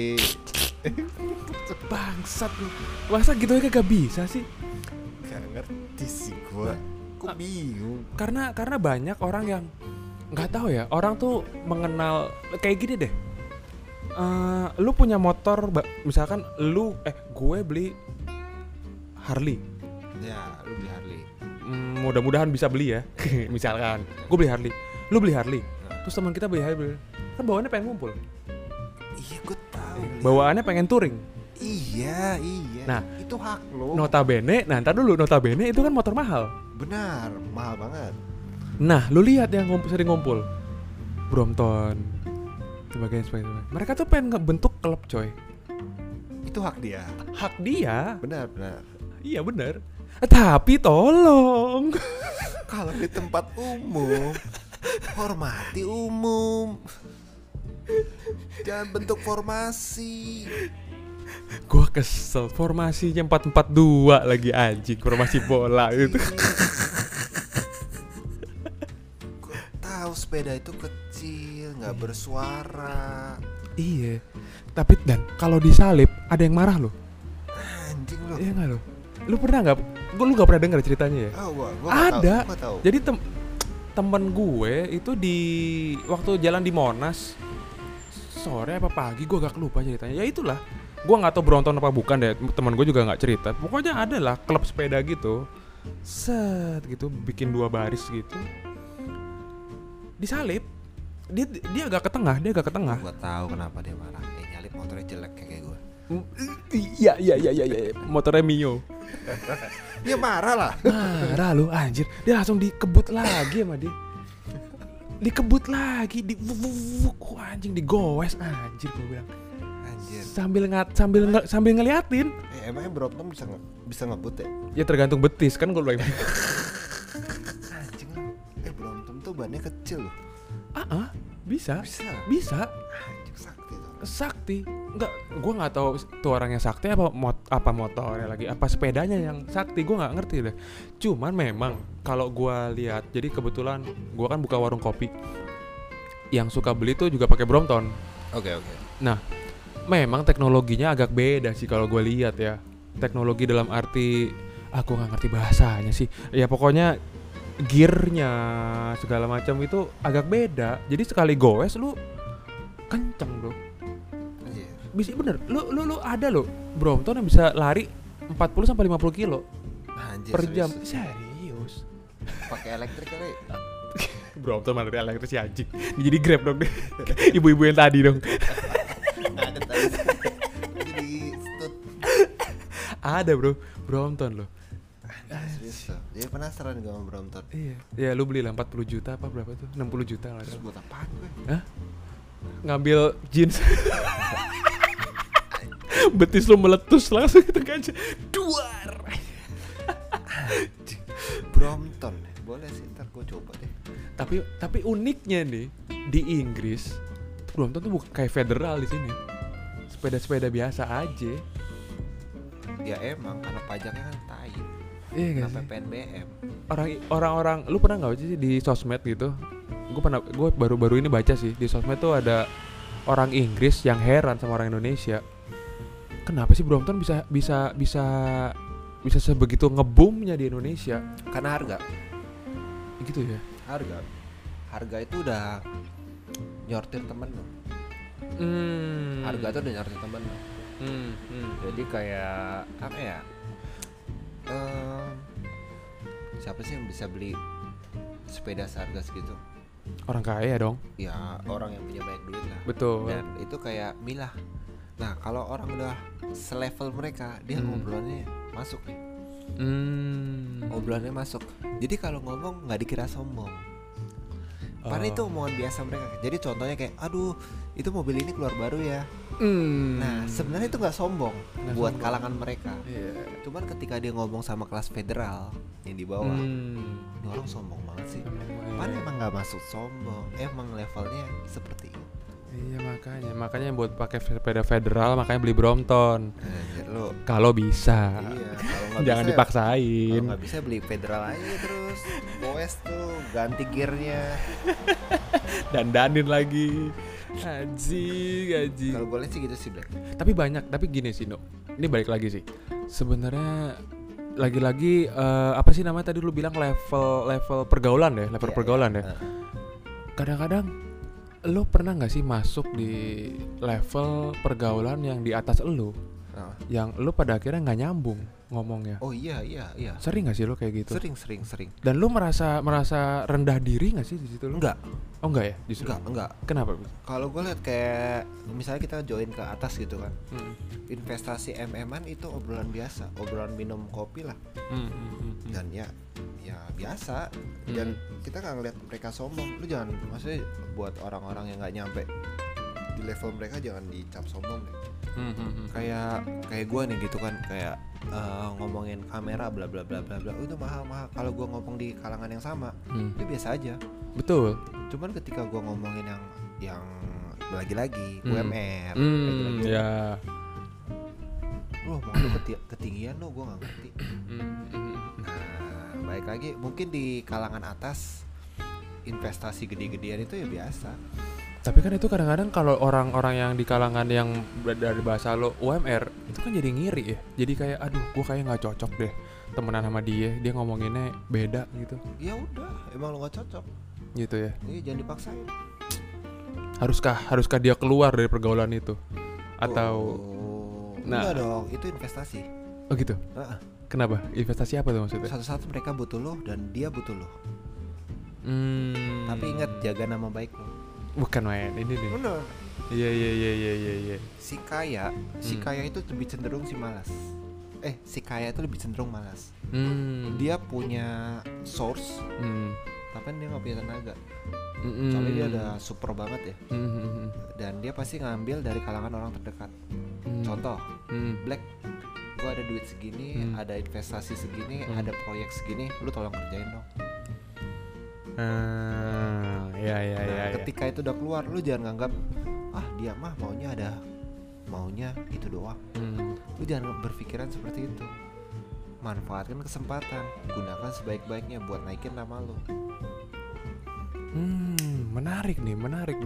Bangsat lu. Masa gitu aja kagak bisa sih? Gak ngerti sih gue bingung. Karena banyak orang yang nggak tahu ya. Orang tuh mengenal kayak gini deh. Lu punya motor, misalkan gue beli Harley. Ya, lu beli Harley. Mudah-mudahan bisa beli ya. Misalkan gue beli Harley, lu beli Harley. Terus teman kita beli Harley. Kan bawaannya pengen ngumpul. Iya, gue tahu. Bawaannya pengen touring. Iya. Nah, itu hak lo. Notabene itu kan motor mahal. Benar, mahal banget. Nah, lu lihat yang sering ngumpul. Brompton. Sebagainya. Mereka tuh pengen ngebentuk klub, coy. Itu hak dia. Benar. Iya benar. Tapi tolong kalau di tempat umum hormati umum. Jangan bentuk formasi. Gua kesel, formasinya 4-4-2 lagi anjing, formasi bola itu. Gua tahu sepeda itu kecil, nggak bersuara. Iya. Tapi dan kalau disalip ada yang marah loh. Anjing lo. Iya nggak lo? Lu pernah nggak? Lu nggak pernah dengar ceritanya ya? Gua ada. Tahu. Jadi temen gue itu di waktu jalan di Monas sore apa pagi, gue agak lupa ceritanya. Ya itulah, gue nggak tahu Brompton apa bukan deh. Temen gue juga nggak cerita. Pokoknya ada lah klub sepeda gitu. Set gitu, bikin 2 baris gitu. Disalip. Dia agak ke tengah. Gue tahu kenapa dia marah. Nyalip motornya jelek kayak gue. Iya. Motornya Mio. Dia marah lah. Marah lu anjir. Dia langsung dikebut lagi sama dia. Dikebut lagi, anjing digowes anjir gue bilang. sambil ngeliatin. Emangnya Brompton bisa ngebut ya? Ya tergantung betis kan gue bilang. Anjing lu. Brompton tuh bannya kecil loh. Bisa. Anjing Sakti. Enggak, gue nggak tahu tuh orangnya sakti apa motornya lagi, apa sepedanya yang sakti, gue nggak ngerti deh. Cuman memang kalau gue lihat, jadi kebetulan gue kan buka warung kopi, yang suka beli tuh juga pakai Brompton. Oke. Nah, memang teknologinya agak beda sih kalau gue lihat ya. Teknologi dalam arti aku nggak ngerti bahasanya sih. Ya pokoknya gearnya segala macam itu agak beda. Jadi sekali goes lu kenceng loh. Bisa bener. Lu ada loh Brompton yang bisa lari 40 sampai 50 kilo per jam. Serius. Pakai elektrik kali. Brompton mana dari elektrik si anjing. Jadi Grab dong deh. Ibu-ibu yang tadi dong. Ada tadi. Jadi stut. Ada bro, Brompton loh. Serius loh. Jadi penasaran gue sama Brompton. Iya. Ya lu beli lah 40 juta apa berapa tuh? 60 juta lah. Terus buat apaan gue? Hah? Ngambil jeans. Betis lu meletus langsung gitu kan. Duar. Brompton. Boleh sih, ntar gue coba deh. Tapi uniknya nih di Inggris, Brompton tuh bukan kayak federal di sini. Sepeda-sepeda biasa aja. Ya emang karena pajaknya kan tai. Iya nggak sih? PNBM. Orang-orang, lu pernah nggak sih di sosmed gitu? Gue baru-baru ini baca sih di sosmed tuh ada orang Inggris yang heran sama orang Indonesia. Kenapa sih Brompton bisa sebegitu ngebumnya di Indonesia? Karena harga. Gitu ya. Harga itu udah nyortir temen lo. Harga itu udah nyortir temen lo. Jadi kayak apa ya? Siapa sih yang bisa beli sepeda seharga segitu? Orang kaya dong. Ya orang yang punya banyak duit lah. Betul. Dan itu kayak milah. Nah kalau orang udah selevel mereka, dia ngobrolannya masuk nih. Obrolannya masuk. Jadi kalau ngomong nggak dikira sombong. Padahal itu omongan biasa mereka. Jadi contohnya kayak, aduh itu mobil ini keluar baru ya. Nah sebenarnya itu nggak sombong buat kalangan mereka. Cuman ketika dia ngomong sama kelas federal yang di bawah, ini orang sombong banget sih. Padahal emang nggak masuk sombong. Emang levelnya seperti itu. Iya makanya buat pakai sepeda federal makanya beli Brompton. Kalau bisa. Iya, kalau jangan bisa, dipaksain. Kalau nggak bisa beli federal aja terus. Goes tuh ganti gearnya. Dandanin lagi. Haji. Kalau boleh sih gitu sih Black. Tapi gini sih No. Ini balik lagi sih. Sebenarnya lagi-lagi apa sih namanya tadi lu bilang level pergaulan ya, pergaulan ya. Kadang-kadang lo pernah nggak sih masuk di level pergaulan yang di atas lo, yang lo pada akhirnya nggak nyambung ngomongnya? Oh iya. Sering nggak sih lo kayak gitu? Sering. Dan lo merasa rendah diri nggak sih di situ lo? Enggak. Oh enggak ya? Justru enggak. Kenapa? Kalau gue lihat kayak misalnya kita join ke atas gitu kan, investasi MM-an itu obrolan biasa, obrolan minum kopi lah. Dan ya biasa. Dan kita nggak ngeliat mereka sombong. Lu jangan, maksudnya buat orang-orang yang nggak nyampe di level mereka jangan dicap sombong deh. Kayak gue nih gitu kan, kayak ngomongin kamera bla bla bla bla bla, itu mahal. Kalau gue ngomong di kalangan yang sama itu biasa aja. Betul. Cuman ketika gue ngomongin yang lagi-lagi UMR, lagi-lagi ya. Loh mau lu ketinggian lo, gue nggak ngerti. Nah baik lagi mungkin di kalangan atas investasi gede-gedean itu ya biasa. Tapi kan itu kadang-kadang kalau orang-orang yang di kalangan yang dari bahasa lo UMR itu kan jadi ngiri ya. Jadi kayak aduh gue kayak nggak cocok deh temenan sama dia ngomonginnya beda gitu. Ya udah emang lo nggak cocok gitu ya. Iya jangan dipaksain. Haruskah dia keluar dari pergaulan itu atau enggak dong, itu investasi. Oh gitu. Kenapa? Investasi apa tuh maksudnya? Satu-satu mereka butuh lo dan dia butuh lo. Tapi ingat jaga nama baik lo. Bukan main ini nih. Bener. Iya. Si kaya itu lebih cenderung malas. Si kaya itu lebih cenderung malas. Dia punya source tapi dia nggak punya tenaga. Soalnya dia udah super banget ya. Dan dia pasti ngambil dari kalangan orang terdekat. Contoh, Black, gue ada duit segini, ada investasi segini, ada proyek segini, lu tolong kerjain dong. Ketika itu udah keluar, lu jangan nganggap dia mah maunya itu doang. Lu jangan berpikiran seperti itu. Manfaatkan kesempatan, gunakan sebaik-baiknya buat naikin nama lu. Menarik nih.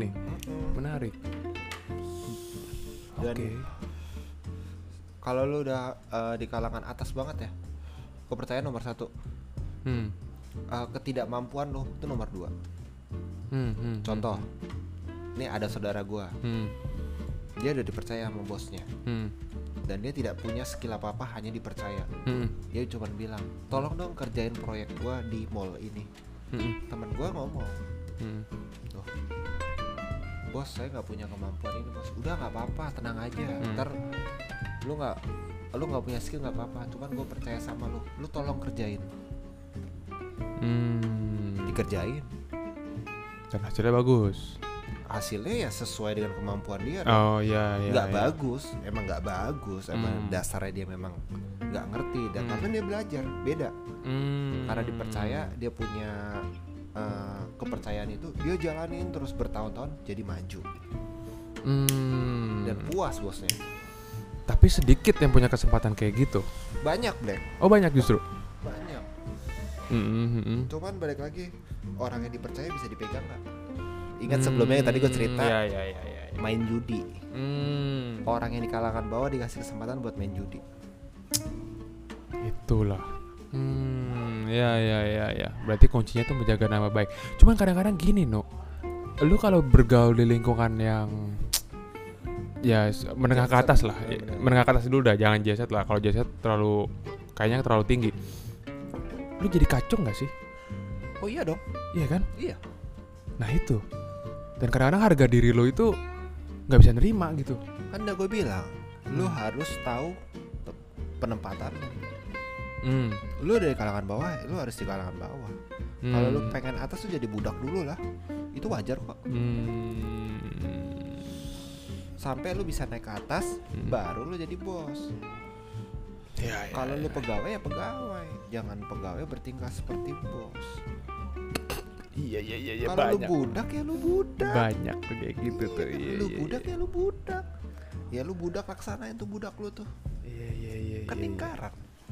Oke. Kalau lu udah di kalangan atas banget ya, kepercayaan nomor 1. Ketidakmampuan lu itu nomor 2. Contoh, ini ada saudara gua. Dia udah dipercaya sama bosnya. Dan dia tidak punya skill apa-apa, hanya dipercaya. Dia cuma bilang, tolong dong kerjain proyek gua di mall ini. Temen gua ngomong, loh, bos saya nggak punya kemampuan ini bos. Udah nggak apa-apa, tenang aja. Ntar lu nggak punya skill nggak apa-apa. Cuman gua percaya sama lu tolong kerjain. Dikerjain. Dan hasilnya bagus. Hasilnya ya sesuai dengan kemampuan dia. Oh iya. Nggak bagus, emang nggak bagus. Emang dasarnya dia memang nggak ngerti. Dan tapi dia belajar beda. Karena dipercaya, dia punya kepercayaan itu, dia jalanin terus bertahun-tahun jadi maju. Dan puas bosnya. Tapi sedikit yang punya kesempatan kayak gitu. Banyak Black. Oh banyak justru. Banyak. Cuman balik lagi, orang yang dipercaya bisa dipegang nggak? Ingat sebelumnya tadi gue cerita main judi. Orang yang di kalangan bawah dikasih kesempatan buat main judi. Itulah. Ya. Berarti kuncinya tuh menjaga nama baik. Cuman kadang-kadang gini, lu kalau bergaul di lingkungan yang ya menengah ke atas lah. Menengah ke atas dulu dah, jangan jaset lah. Kalau jaset kayaknya terlalu tinggi. Lu jadi kacung gak sih? Oh iya dong. Iya kan? Iya. Nah itu. Dan kadang-kadang harga diri lo itu gak bisa nerima gitu. Kan udah gue bilang, lu harus tahu penempatan lu. Lu dari kalangan bawah, lu harus di kalangan bawah. Kalau lu pengen atas tuh jadi budak dulu lah. Itu wajar kok. Sampai lu bisa naik ke atas, baru lu jadi bos. Kalau lu pegawai ya pegawai, jangan pegawai bertingkah seperti bos. Iya. Kalau lu budak ya lu budak. Banyak tuh kayak gitu tuh. Lu budak ya lu budak. Ya lu budak, laksanain tuh budak lu tuh. Iya. Kan lingkaran.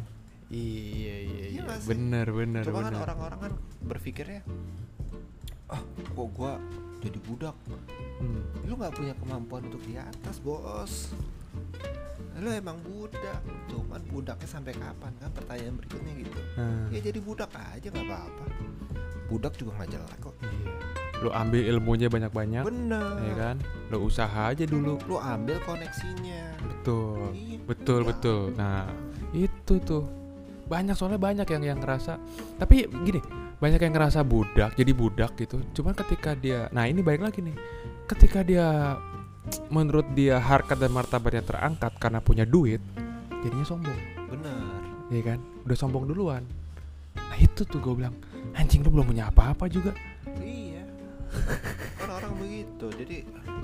Iya. Bener. Cuma kan orang-orang kan berpikirnya, kok gua jadi budak. Lu nggak punya kemampuan untuk di atas bos. Lu emang budak, cuman budaknya sampai kapan kan pertanyaan berikutnya gitu. Ya jadi budak aja nggak apa-apa. Budak juga nggak jelek kok. Iya. Lu ambil ilmunya banyak-banyak. Bener. Ya kan. Lu usaha aja dulu. Lu ambil koneksinya. Betul. Betul. Nah itu tuh soalnya banyak yang ngerasa. Tapi gini, banyak yang ngerasa budak, jadi budak gitu. Cuman ketika dia, nah ini balik lagi nih. Ketika dia menurut dia harkat dan martabatnya terangkat karena punya duit, jadinya sombong. Benar. Iya kan? Udah sombong duluan. Nah itu tuh gue bilang, anjing lu belum punya apa-apa juga. Iya. Kan orang begitu. Jadi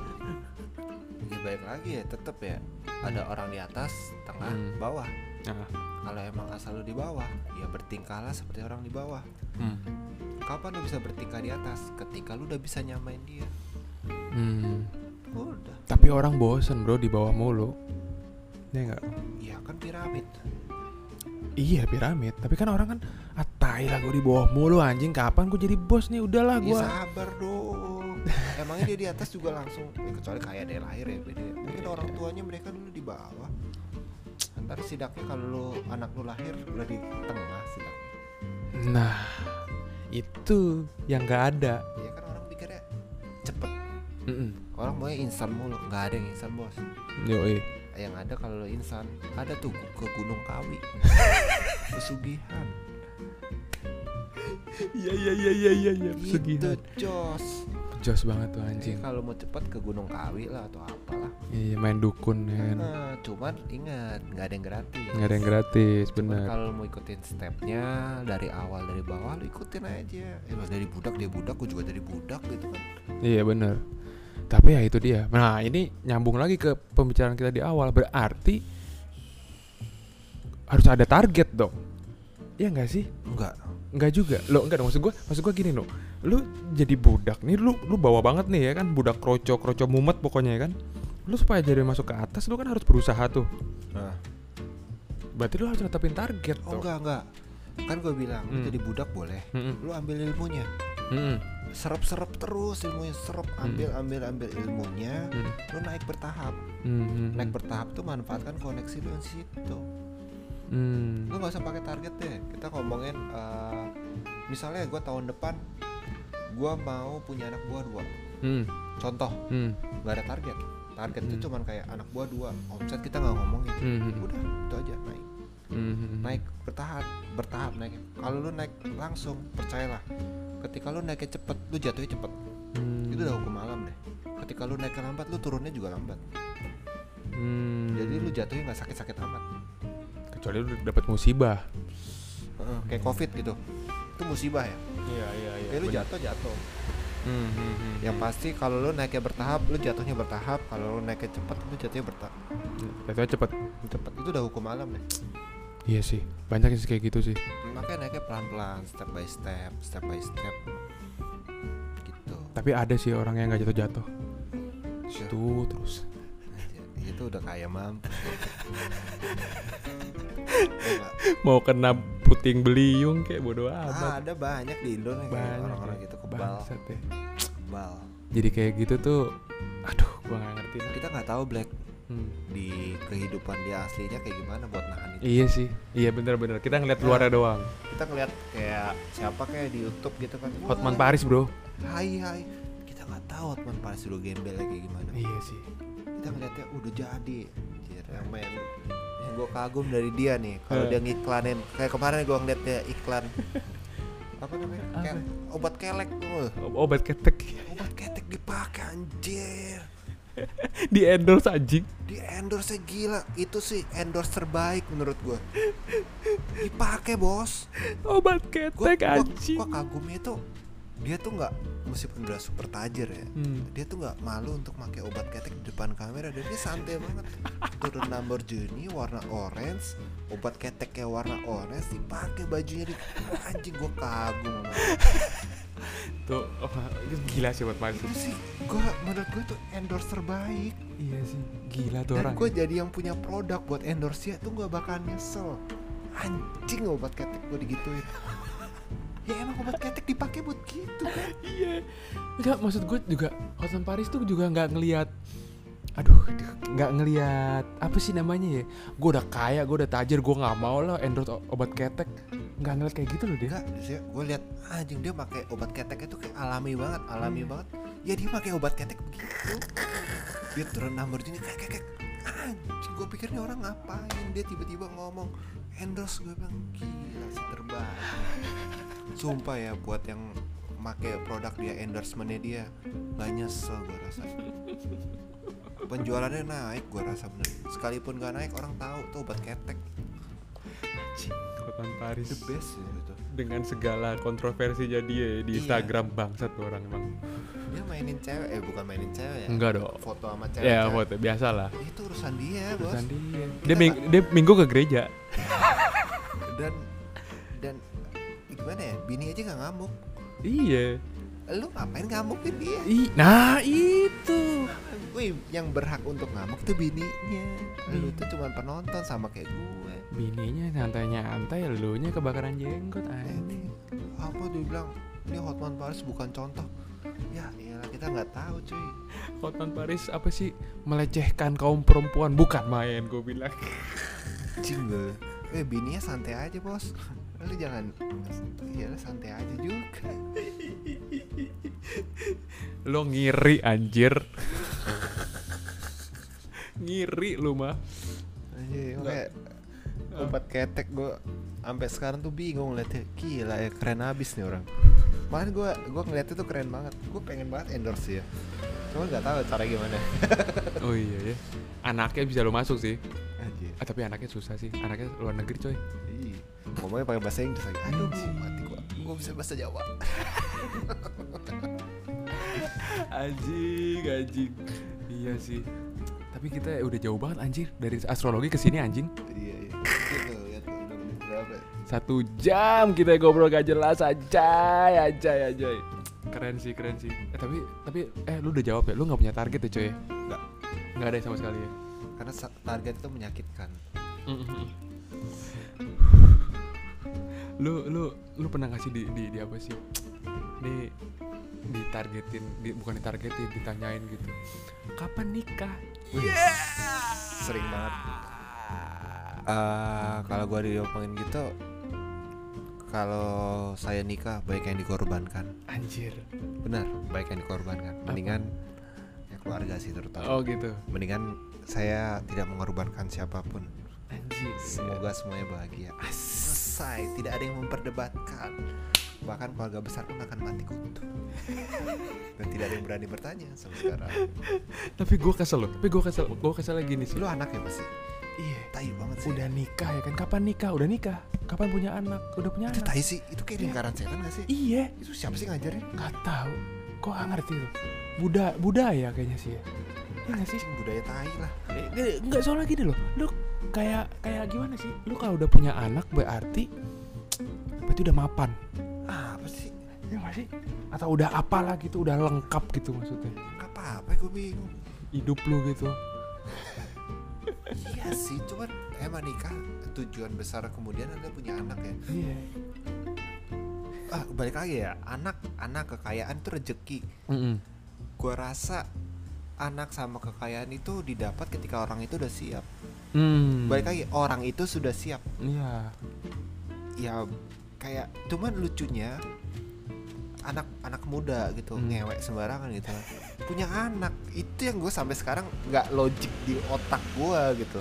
baik lagi ya, tetap ya ada orang di atas, tengah, bawah. Kalau emang asal lu di bawah, ya bertingkahlah seperti orang di bawah. Kapan lu bisa bertingkah di atas? Ketika lu udah bisa nyamain dia. Udah. Tapi orang bosen bro di bawah mulu. Ya enggak? Iya kan piramid. Iya piramid. Tapi kan orang kan tai lah gue di bawah mulu anjing. Kapan gue jadi bos nih? Udahlah gue. Ya sabar dong. Emangnya dia di atas juga langsung kecuali kayak dari lahir ya beda. Mungkin orang tuanya mereka dulu di bawah. Ntar sidaknya kalau lu anak lu lahir udah di tengah sidaknya. Nah itu yang nggak ada. Iya kan orang pikirnya cepet. Orang maunya instan mulu, nggak ada yang instan bos. Yoi. Yang ada kalau lo instan, ada tuh ke Gunung Kawi, pesugihan. Iya. Gitu jos. Jos banget tuh anjing. Kalau mau cepet ke Gunung Kawi lah atau apalah. Iya, main dukun ya kan. Cuman ingat nggak ada yang gratis. Nggak ada yang gratis, benar. Kalau mau ikutin stepnya dari awal dari bawah, lu ikutin aja. Dari budak dia budak, gue juga dari budak gitu kan. Iya benar. Tapi ya itu dia. Nah ini nyambung lagi ke pembicaraan kita di awal. Berarti harus ada target dong. Iya nggak sih? Enggak juga. Lo enggak dong, maksud gua gini lo. Lu jadi budak nih, lu bawa banget nih ya kan, budak kroco mumet pokoknya ya kan. Lu supaya jadi masuk ke atas lu kan harus berusaha tuh. Nah. Berarti lu harus netepin target tuh. Enggak. Kan gua bilang, lu jadi budak boleh. Lu ambil ilmunya. Serap terus ilmunya, ambil ilmunya. Lu naik bertahap. Naik bertahap tuh manfaatkan koneksi lu di situ. Lu gak usah pakai target deh. Kita ngomongin misalnya gue tahun depan gue mau punya anak buah 2. Contoh, gak ada target. Target itu cuman kayak anak buah 2. Omset kita gak ngomongin. Udah itu aja naik. Naik bertahap naik. Kalau lu naik langsung, percayalah, ketika lu naiknya cepet, lu jatuhnya cepet. Itu udah hukum alam deh. Ketika lu naiknya lambat, lu turunnya juga lambat. Jadi lu jatuhnya gak sakit-sakit amat. Kecuali lu dapat musibah. Kayak COVID gitu. Itu musibah ya. Iya. Kayak lu jatuh. Yang pasti kalau lu naiknya bertahap, lu jatuhnya bertahap. Kalau lu naiknya cepat, lu jatuhnya bertahap. Jatuhnya cepat. Itu udah hukum alam deh. Iya sih, banyak yang kayak gitu sih. Makanya naiknya pelan-pelan, step by step. Gitu. Tapi ada sih orang yang nggak jatuh. Itu terus. Itu udah kaya mampus. Mau kena puting beliung kayak bodo amat. Ada banyak di Indo nih orang-orang gitu kebal. Kebal. Jadi kayak gitu tuh, aduh, gua nggak ngerti. Kita nggak tahu Black di kehidupan dia aslinya kayak gimana buat nahan itu. Iya sih, iya benar-benar. Kita ngeliat luarnya doang. Kita ngeliat kayak siapa kayak di YouTube gitu kan. Hotman Paris bro. Hai. Kita nggak tahu Hotman Paris dulu gembelnya kayak gimana. Iya sih. Kita ngeliatnya udah jadi. Yang main. Yang gue kagum dari dia nih, kalau dia ngiklanin kayak kemarin gue ngeliat dia iklan apa namanya? Kayak obat kelek tuh. Obat ketek dipakai anjir. Di endorse anjing. Di endorse gila. Itu sih endorse terbaik menurut gue. Dipakai bos. Obat ketek anjing. Gua kagumnya itu dia tuh nggak, meskipun udah super tajir ya, dia tuh nggak malu untuk pakai obat ketek di depan kamera. Dan dia santai banget. Turun Lamborghini warna orange, obat keteknya warna orange, dipakai bajunya di anjing. Gue kagum banget. Tuh gila sih buat Paris. Itu sih menurut gue tuh endorse terbaik. Iya sih, gila tuh orang. Dan gue jadi yang punya produk buat endorse nya tuh gue bakal nyesel. Anjing obat ketek gue digituin. Ya emang obat ketek dipakai buat gitu kan. Iya. Enggak, maksud gue juga Hotman Paris tuh juga nggak ngelihat apa sih namanya ya, gue udah kaya, gue udah tajir, gue nggak mau lah endorse obat ketek. Nggak ngeliat kayak gitu loh dia. Enggak, gue lihat anjing dia pakai obat ketek itu kayak alami banget. Ya dia pakai obat ketek begitu. Dia turun Lamborghini kayak anjing. Gue pikirnya orang ngapain, dia tiba-tiba ngomong endorse. Gue bilang gila sih, terbaik. Sumpah ya, buat yang make produk dia, endorsementnya dia, gak nyesel gue rasa. Penjualannya naik gue rasa bener. Sekalipun gak naik, orang tahu tuh obat ketek. Hotman Paris the best ya gitu. Dengan segala kontroversinya dia di Instagram, bangsat tuh orang emang. Dia mainin cewek, bukan mainin cewek ya. Enggak dong. Foto sama cewek. Ya foto biasa lah. Itu urusan dia bos. Dia minggu ke gereja. Dan gimana ya, bini aja gak ngamuk. Iya. Lu ngapain ngamukin dia? Nah itu. Gue yang berhak untuk ngamuk tuh bininya. Lu tuh cuma penonton sama kayak gue. Bininya nyantai-nyantai, elunya kebakaran jenggot. Apa dia bilang, ini Hotman Paris bukan contoh. Ya iyalah, kita gak tahu cuy. Hotman Paris apa sih, melecehkan kaum perempuan, bukan main gue bilang. Jingle. Bininya santai aja bos. Lu jangan, iyalah santai aja juga. Lo ngiri anjir. Ngiri lu mah. Kayak obat ketek gue sampai sekarang tuh bingung liatnya. Gila ya, keren abis nih orang. Malah gue ngeliat itu keren banget. Gue pengen banget endorse ya. Cuma nggak tahu cara gimana. Oh iya ya. Anaknya bisa lo masuk sih. Anjir. Tapi anaknya susah sih. Anaknya luar negeri coy. Iya. Ngomongnya pakai bahasa Inggris lagi. Aduh, mati gue bisa bahasa Jawa. Anjing. Iya sih. Tapi kita udah jauh banget anjir dari astrologi ke sini anjing. Iya. Itu lihat udah menit berapa? 1 jam kita ngobrol gak jelas aja. Keren sih. Tapi lu udah jawab ya? Lu enggak punya target ya, coy? Enggak ada sama sekali ya. Karena target itu menyakitkan. Lu pernah ngasih di apa sih? Ditargetin, bukan ditargetin, ditanyain gitu. Kapan nikah? Sering banget. Kalau gue diomongin gitu, kalau saya nikah baik yang dikorbankan. Anjir. Benar, baik yang dikorbankan. Mendingan ya keluarga sih terutama. Oh gitu. Mendingan saya tidak mengorbankan siapapun. Anjir. Semoga semuanya bahagia. Selesai, tidak ada yang memperdebatkan. Bahkan keluarga besar pun akan mati kutu. Dan tidak ada yang berani bertanya sampai sekarang. Tapi gue kesel lagi nih sih. Lu anaknya pasti. Iya. Tai banget sih. Udah nikah ya kan? Kapan nikah? Udah nikah. Kapan punya anak? Udah punya Itu anak. tai sih. Itu kayak lingkaran setan gak sih? Iya. Itu siapa sih ngajarin? Gak tahu. Kok gak ngerti tuh? Budaya kayaknya sih ya. Iya gak sih? Budaya tai lah. Enggak, soalnya gini loh. Lu kayak gimana sih? Lu kalau udah punya anak berarti udah mapan. Apa sih? Ya gak sih? Atau udah apalah gitu, udah lengkap gitu maksudnya. Apa gue bingung. Hidup lu gitu. Iya sih, cuman emang nikah tujuan besar kemudian Anda punya anak ya. Iya. Balik lagi ya, anak kekayaan itu rezeki. Gua rasa anak sama kekayaan itu didapat ketika orang itu udah siap. Balik lagi, orang itu sudah siap. Iya. Ya kayak cuman lucunya anak muda gitu ngewek sembarangan gitu punya anak, itu yang gue sampai sekarang nggak logik di otak gue gitu.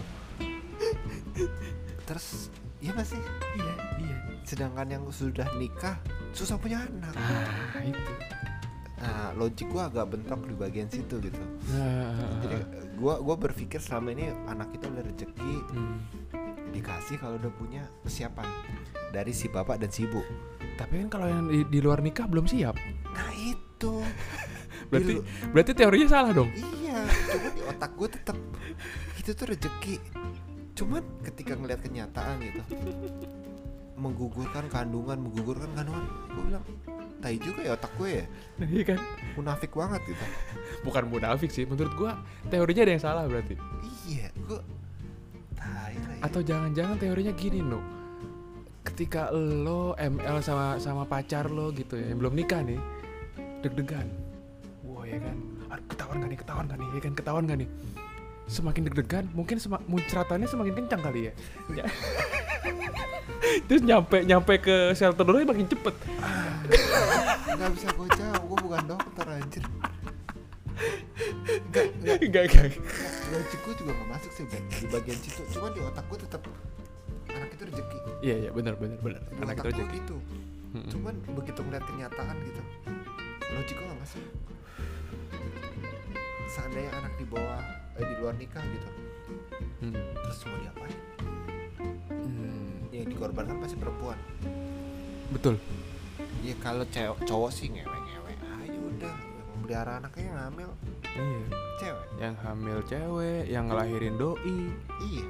Terus iya gak sih? Iya. Sedangkan yang sudah nikah susah punya anak. Itu. Nah logik gue agak bentrok di bagian situ gitu. Jadi gue berpikir selama ini anak itu udah rezeki dikasih kalau udah punya kesiapan dari si bapak dan si ibu. Tapi kan kalau yang di luar nikah belum siap. Nah itu berarti teorinya salah dong. Iya, cuma di otak gue tetap itu tuh rezeki. Cuman ketika ngeliat kenyataan gitu, menggugurkan kandungan, gue bilang tai juga ya otak gue ya. Iya kan? Munafik banget gitu. Bukan munafik sih, menurut gue teorinya ada yang salah berarti. Iya, gue tai lah ya. Atau jangan-jangan teorinya gini no. Ketika lo ML sama pacar lo gitu ya, yang belum nikah nih, deg-degan. Wah ya kan, ketahuan gak nih. Semakin deg-degan, mungkin muncratannya semakin kencang kali ya. Terus nyampe ke shelter dulu makin cepet. Gak bisa gue jawab, gue bukan dokter anjir. Enggak. Logik gue juga gak masuk sih di bagian situ. Cuma di otak gue tetap anak itu rezeki. Iya benar. Di Anak otak itu gue rezeki. gitu. Cuman begitu ngeliat kenyataan gitu, logik gue gak masuk. Seandainya anak di luar nikah gitu, terus mau diapain? Yang dikorbankan pasti perempuan. Betul. Ya kalau cowok sih ngewe-ngewe aja udah, yang melihara anaknya yang hamil. Iya. Cewek. Yang hamil cewek, yang ngelahirin doi. Iya.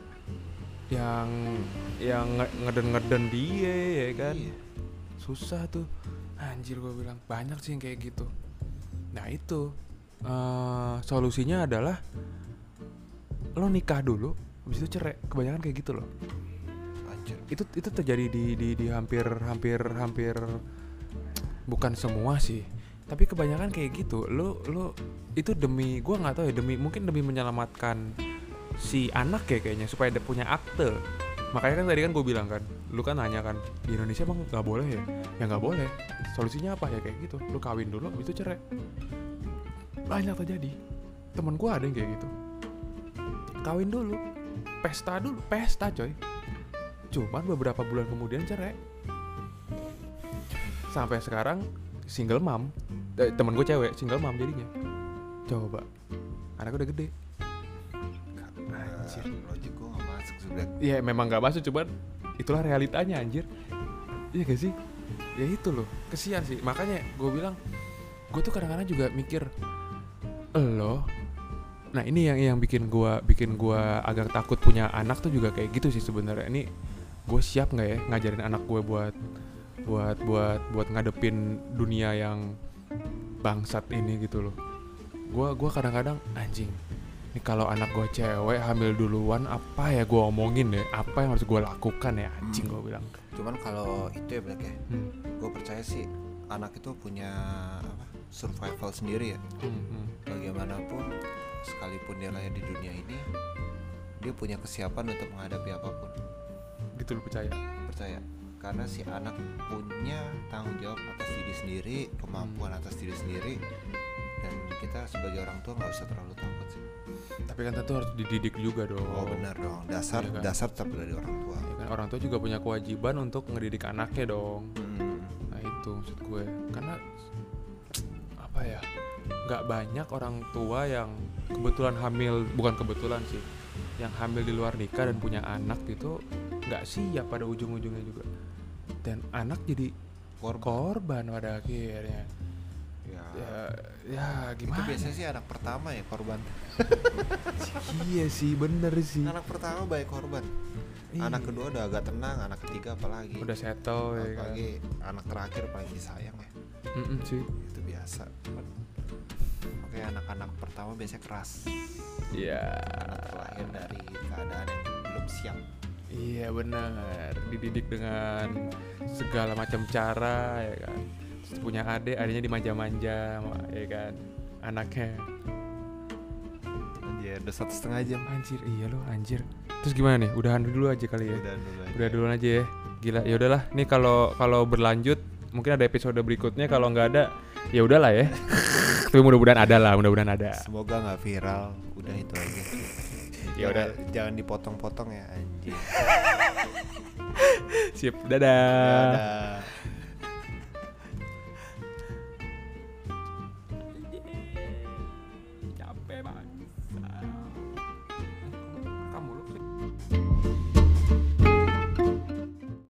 Yang ngeden dia ya kan. Iya. Susah tuh. Anjir gue bilang banyak sih yang kayak gitu. Nah itu solusinya adalah lo nikah dulu, habis itu cerai. Kebanyakan kayak gitu loh. Anjir. Itu terjadi di hampir bukan semua sih, tapi kebanyakan kayak gitu. Lo itu demi, gue nggak tahu ya, mungkin demi menyelamatkan si anak ya kayaknya, supaya dia punya akte. Makanya kan tadi kan gue bilang kan, lu kan nanya kan, di Indonesia emang nggak boleh ya? Ya nggak boleh. Solusinya apa ya kayak gitu? Lu kawin dulu, habis itu cerai. Banyak terjadi. Temen gue ada yang kayak gitu. Kawin dulu, pesta coy. Cuman beberapa bulan kemudian cerai. sampai sekarang single mom. Temen gue cewek single mom jadinya. Coba, anaknya udah gede. Anjir, logik gue gak masuk sebenernya. Iya memang gak masuk, cuman itulah realitanya anjir. Iya gak sih? Ya itu loh, kesian sih. Makanya gue bilang, gue tuh kadang-kadang juga mikir, lo. Nah ini yang bikin gue agak takut punya anak tuh juga kayak gitu sih sebenarnya. Ini gue siap nggak ya ngajarin anak gue buat ngadepin dunia yang bangsat ini gitu loh. Gue kadang-kadang anjing. Ini kalau anak gue cewek hamil duluan, apa ya gue omongin deh, apa yang harus gue lakukan ya anjing, gue bilang. Cuman kalau itu ya Black ya, gue percaya sih anak itu punya survival sendiri ya. Bagaimanapun, sekalipun dia lahir di dunia ini, dia punya kesiapan untuk menghadapi apapun. Gitu lo percaya? Percaya. Karena si anak punya tanggung jawab atas diri sendiri, kemampuan atas diri sendiri. Dan kita sebagai orang tua gak usah terlalu takut sih. Tapi kan tentu harus dididik juga dong. Oh benar dong, dasar ya kan? Dasar tetap dari orang tua ya kan? Orang tua juga punya kewajiban untuk ngedidik anaknya dong. Nah itu maksud gue. Karena apa ya, gak banyak orang tua yang kebetulan hamil, bukan kebetulan sih, yang hamil di luar nikah dan punya anak gitu gak siap pada ujung-ujungnya juga. Dan anak jadi korban pada akhirnya. Ya gimana? Itu biasanya sih anak pertama ya korban. Iya sih, bener sih. Anak pertama baik korban. Anak kedua udah agak tenang, anak ketiga apalagi udah settle ya kan. Apalagi anak terakhir paling disayang ya. Sih. Itu biasa. Oke, anak-anak pertama biasanya keras. Iya. Lahir dari keadaan yang belum siap. Iya benar. Dididik dengan segala macam cara ya kan. Punya adiknya dimanja-manja ya kan anaknya. Anjir, udah 1,5 jam. Anjir, iya loh anjir. Terus gimana nih? Udahan dulu aja kali ya. Udah duluan aja ya. Gila, ya udahlah. Nih kalau berlanjut mungkin ada episode berikutnya, kalau nggak ada ya udahlah ya. Tapi mudah-mudahan ada. Semoga nggak viral. Udah itu aja. Ya udah, jangan dipotong-potong ya anjir. Sip, dadah. Capek banget.